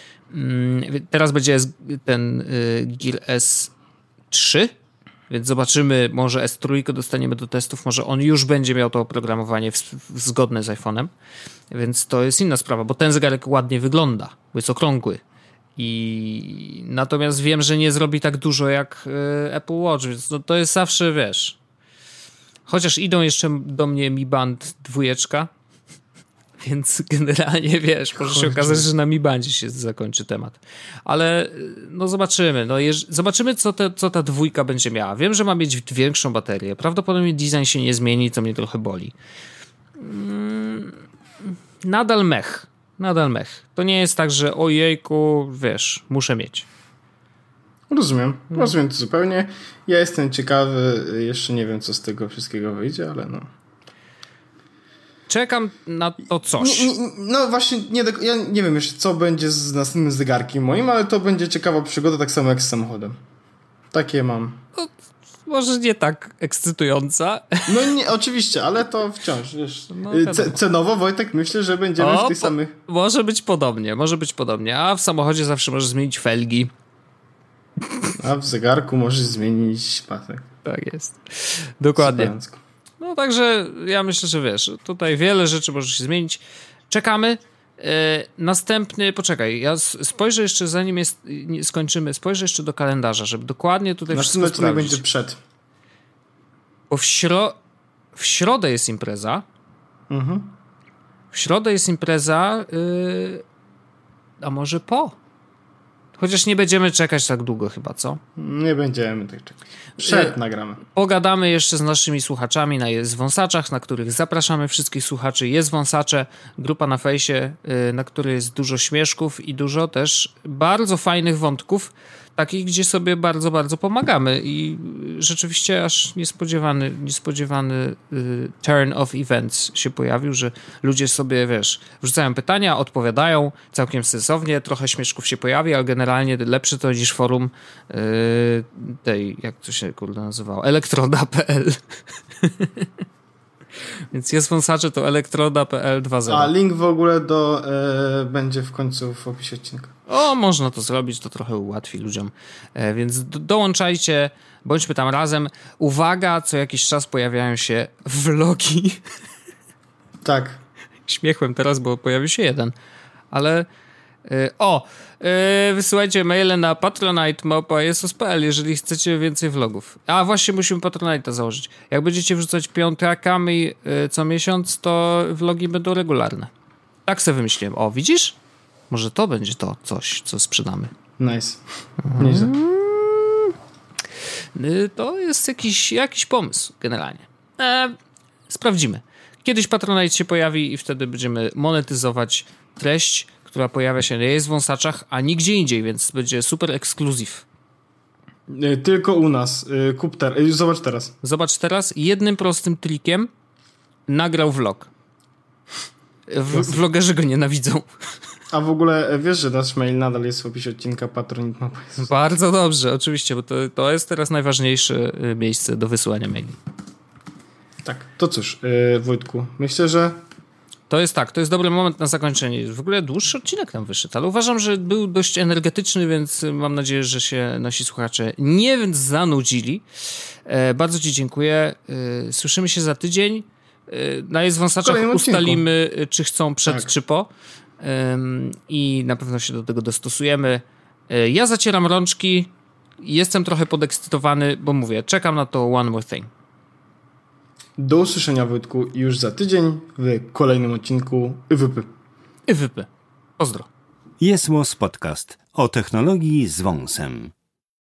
Teraz będzie ten Gear S3, więc zobaczymy, może S3 dostaniemy do testów, może on już będzie miał to oprogramowanie zgodne z iPhone'em, więc to jest inna sprawa, bo ten zegarek ładnie wygląda, bo jest okrągły. Natomiast wiem, że nie zrobi tak dużo jak Apple Watch, więc no to jest zawsze, wiesz, chociaż idą jeszcze do mnie Mi Band 2, więc generalnie, wiesz, może się okazać, że na Mi Bandzie się zakończy temat. Ale no zobaczymy. Zobaczymy, co ta 2 będzie miała. Wiem, że ma mieć większą baterię. Prawdopodobnie design się nie zmieni, co mnie trochę boli. Nadal mech. To nie jest tak, że ojejku, wiesz, muszę mieć. Rozumiem to zupełnie. Ja jestem ciekawy, jeszcze nie wiem, co z tego wszystkiego wyjdzie, ale no... Czekam na to coś. No właśnie, ja nie wiem jeszcze, co będzie z następnym zegarkiem moim, ale to będzie ciekawa przygoda, tak samo jak z samochodem. Takie mam. No, może nie tak ekscytująca. No nie, oczywiście, ale to wciąż, wiesz. No, cenowo, Wojtek, myślę, że będziemy w tych samych... Może być podobnie, a w samochodzie zawsze możesz zmienić felgi. A w zegarku możesz zmienić pasek. Tak jest. Dokładnie. No także ja myślę, że wiesz, tutaj wiele rzeczy może się zmienić. Czekamy. Następny, poczekaj, ja spojrzę jeszcze, zanim skończymy, spojrzę jeszcze do kalendarza, żeby dokładnie tutaj wszystko sprawdzić. Będzie przed. Bo w środę jest impreza. Mhm. W środę jest impreza, a może po? Chociaż nie będziemy czekać tak długo chyba, co? Nie będziemy tak czekać. Przed nagramy. Pogadamy jeszcze z naszymi słuchaczami na Jest Wąsaczach, na których zapraszamy wszystkich słuchaczy. Jest Wąsacze, grupa na fejsie, na której jest dużo śmieszków i dużo też bardzo fajnych wątków, takich, gdzie sobie bardzo, bardzo pomagamy i rzeczywiście aż niespodziewany turn of events się pojawił, że ludzie sobie, wiesz, wrzucają pytania, odpowiadają całkiem sensownie, trochę śmieszków się pojawi, ale generalnie lepsze to niż forum tej, jak to się kurde nazywało, elektroda.pl. Więc Jest Wąsacze to elektroda.pl 2.0. A link w ogóle będzie w końcu w opisie odcinka. O, można to zrobić, to trochę ułatwi ludziom. Więc dołączajcie, bądźmy tam razem. Uwaga, co jakiś czas pojawiają się vlogi. Tak. Śmiechłem teraz, bo pojawił się jeden. Ale wysyłajcie maile na patronite@jesus.pl, jeżeli chcecie więcej vlogów. A właśnie musimy Patronite'a założyć. Jak będziecie wrzucać piątrakami co miesiąc, to vlogi będą regularne. Tak sobie wymyśliłem. O, widzisz? Może to będzie to coś, co sprzedamy. Nice. Nieźle. To jest jakiś pomysł generalnie. Sprawdzimy. Kiedyś Patronite się pojawi i wtedy będziemy monetyzować treść, która pojawia się na Jest Wąsaczach, a nigdzie indziej, więc będzie super ekskluzyw. Tylko u nas. Zobacz teraz. Zobacz teraz. Jednym prostym trikiem nagrał vlog. Vlogerzy go nienawidzą. A w ogóle wiesz, że nasz mail nadal jest w opisie odcinka Patronite. Bardzo dobrze, oczywiście, bo to jest teraz najważniejsze miejsce do wysyłania maili. Tak, to cóż, Wojtku, myślę, że to jest dobry moment na zakończenie. W ogóle dłuższy odcinek nam wyszedł, ale uważam, że był dość energetyczny, więc mam nadzieję, że się nasi słuchacze nie zanudzili. Bardzo ci dziękuję. Słyszymy się za tydzień. Na Jest Wąsaczach ustalimy, czy chcą przed, czy po. I na pewno się do tego dostosujemy. Ja zacieram rączki. Jestem trochę podekscytowany, bo mówię, czekam na to One More Thing. Do usłyszenia, Wojtku, już za tydzień w kolejnym odcinku IWP. Pozdro. Jest Podcast o technologii z wąsem.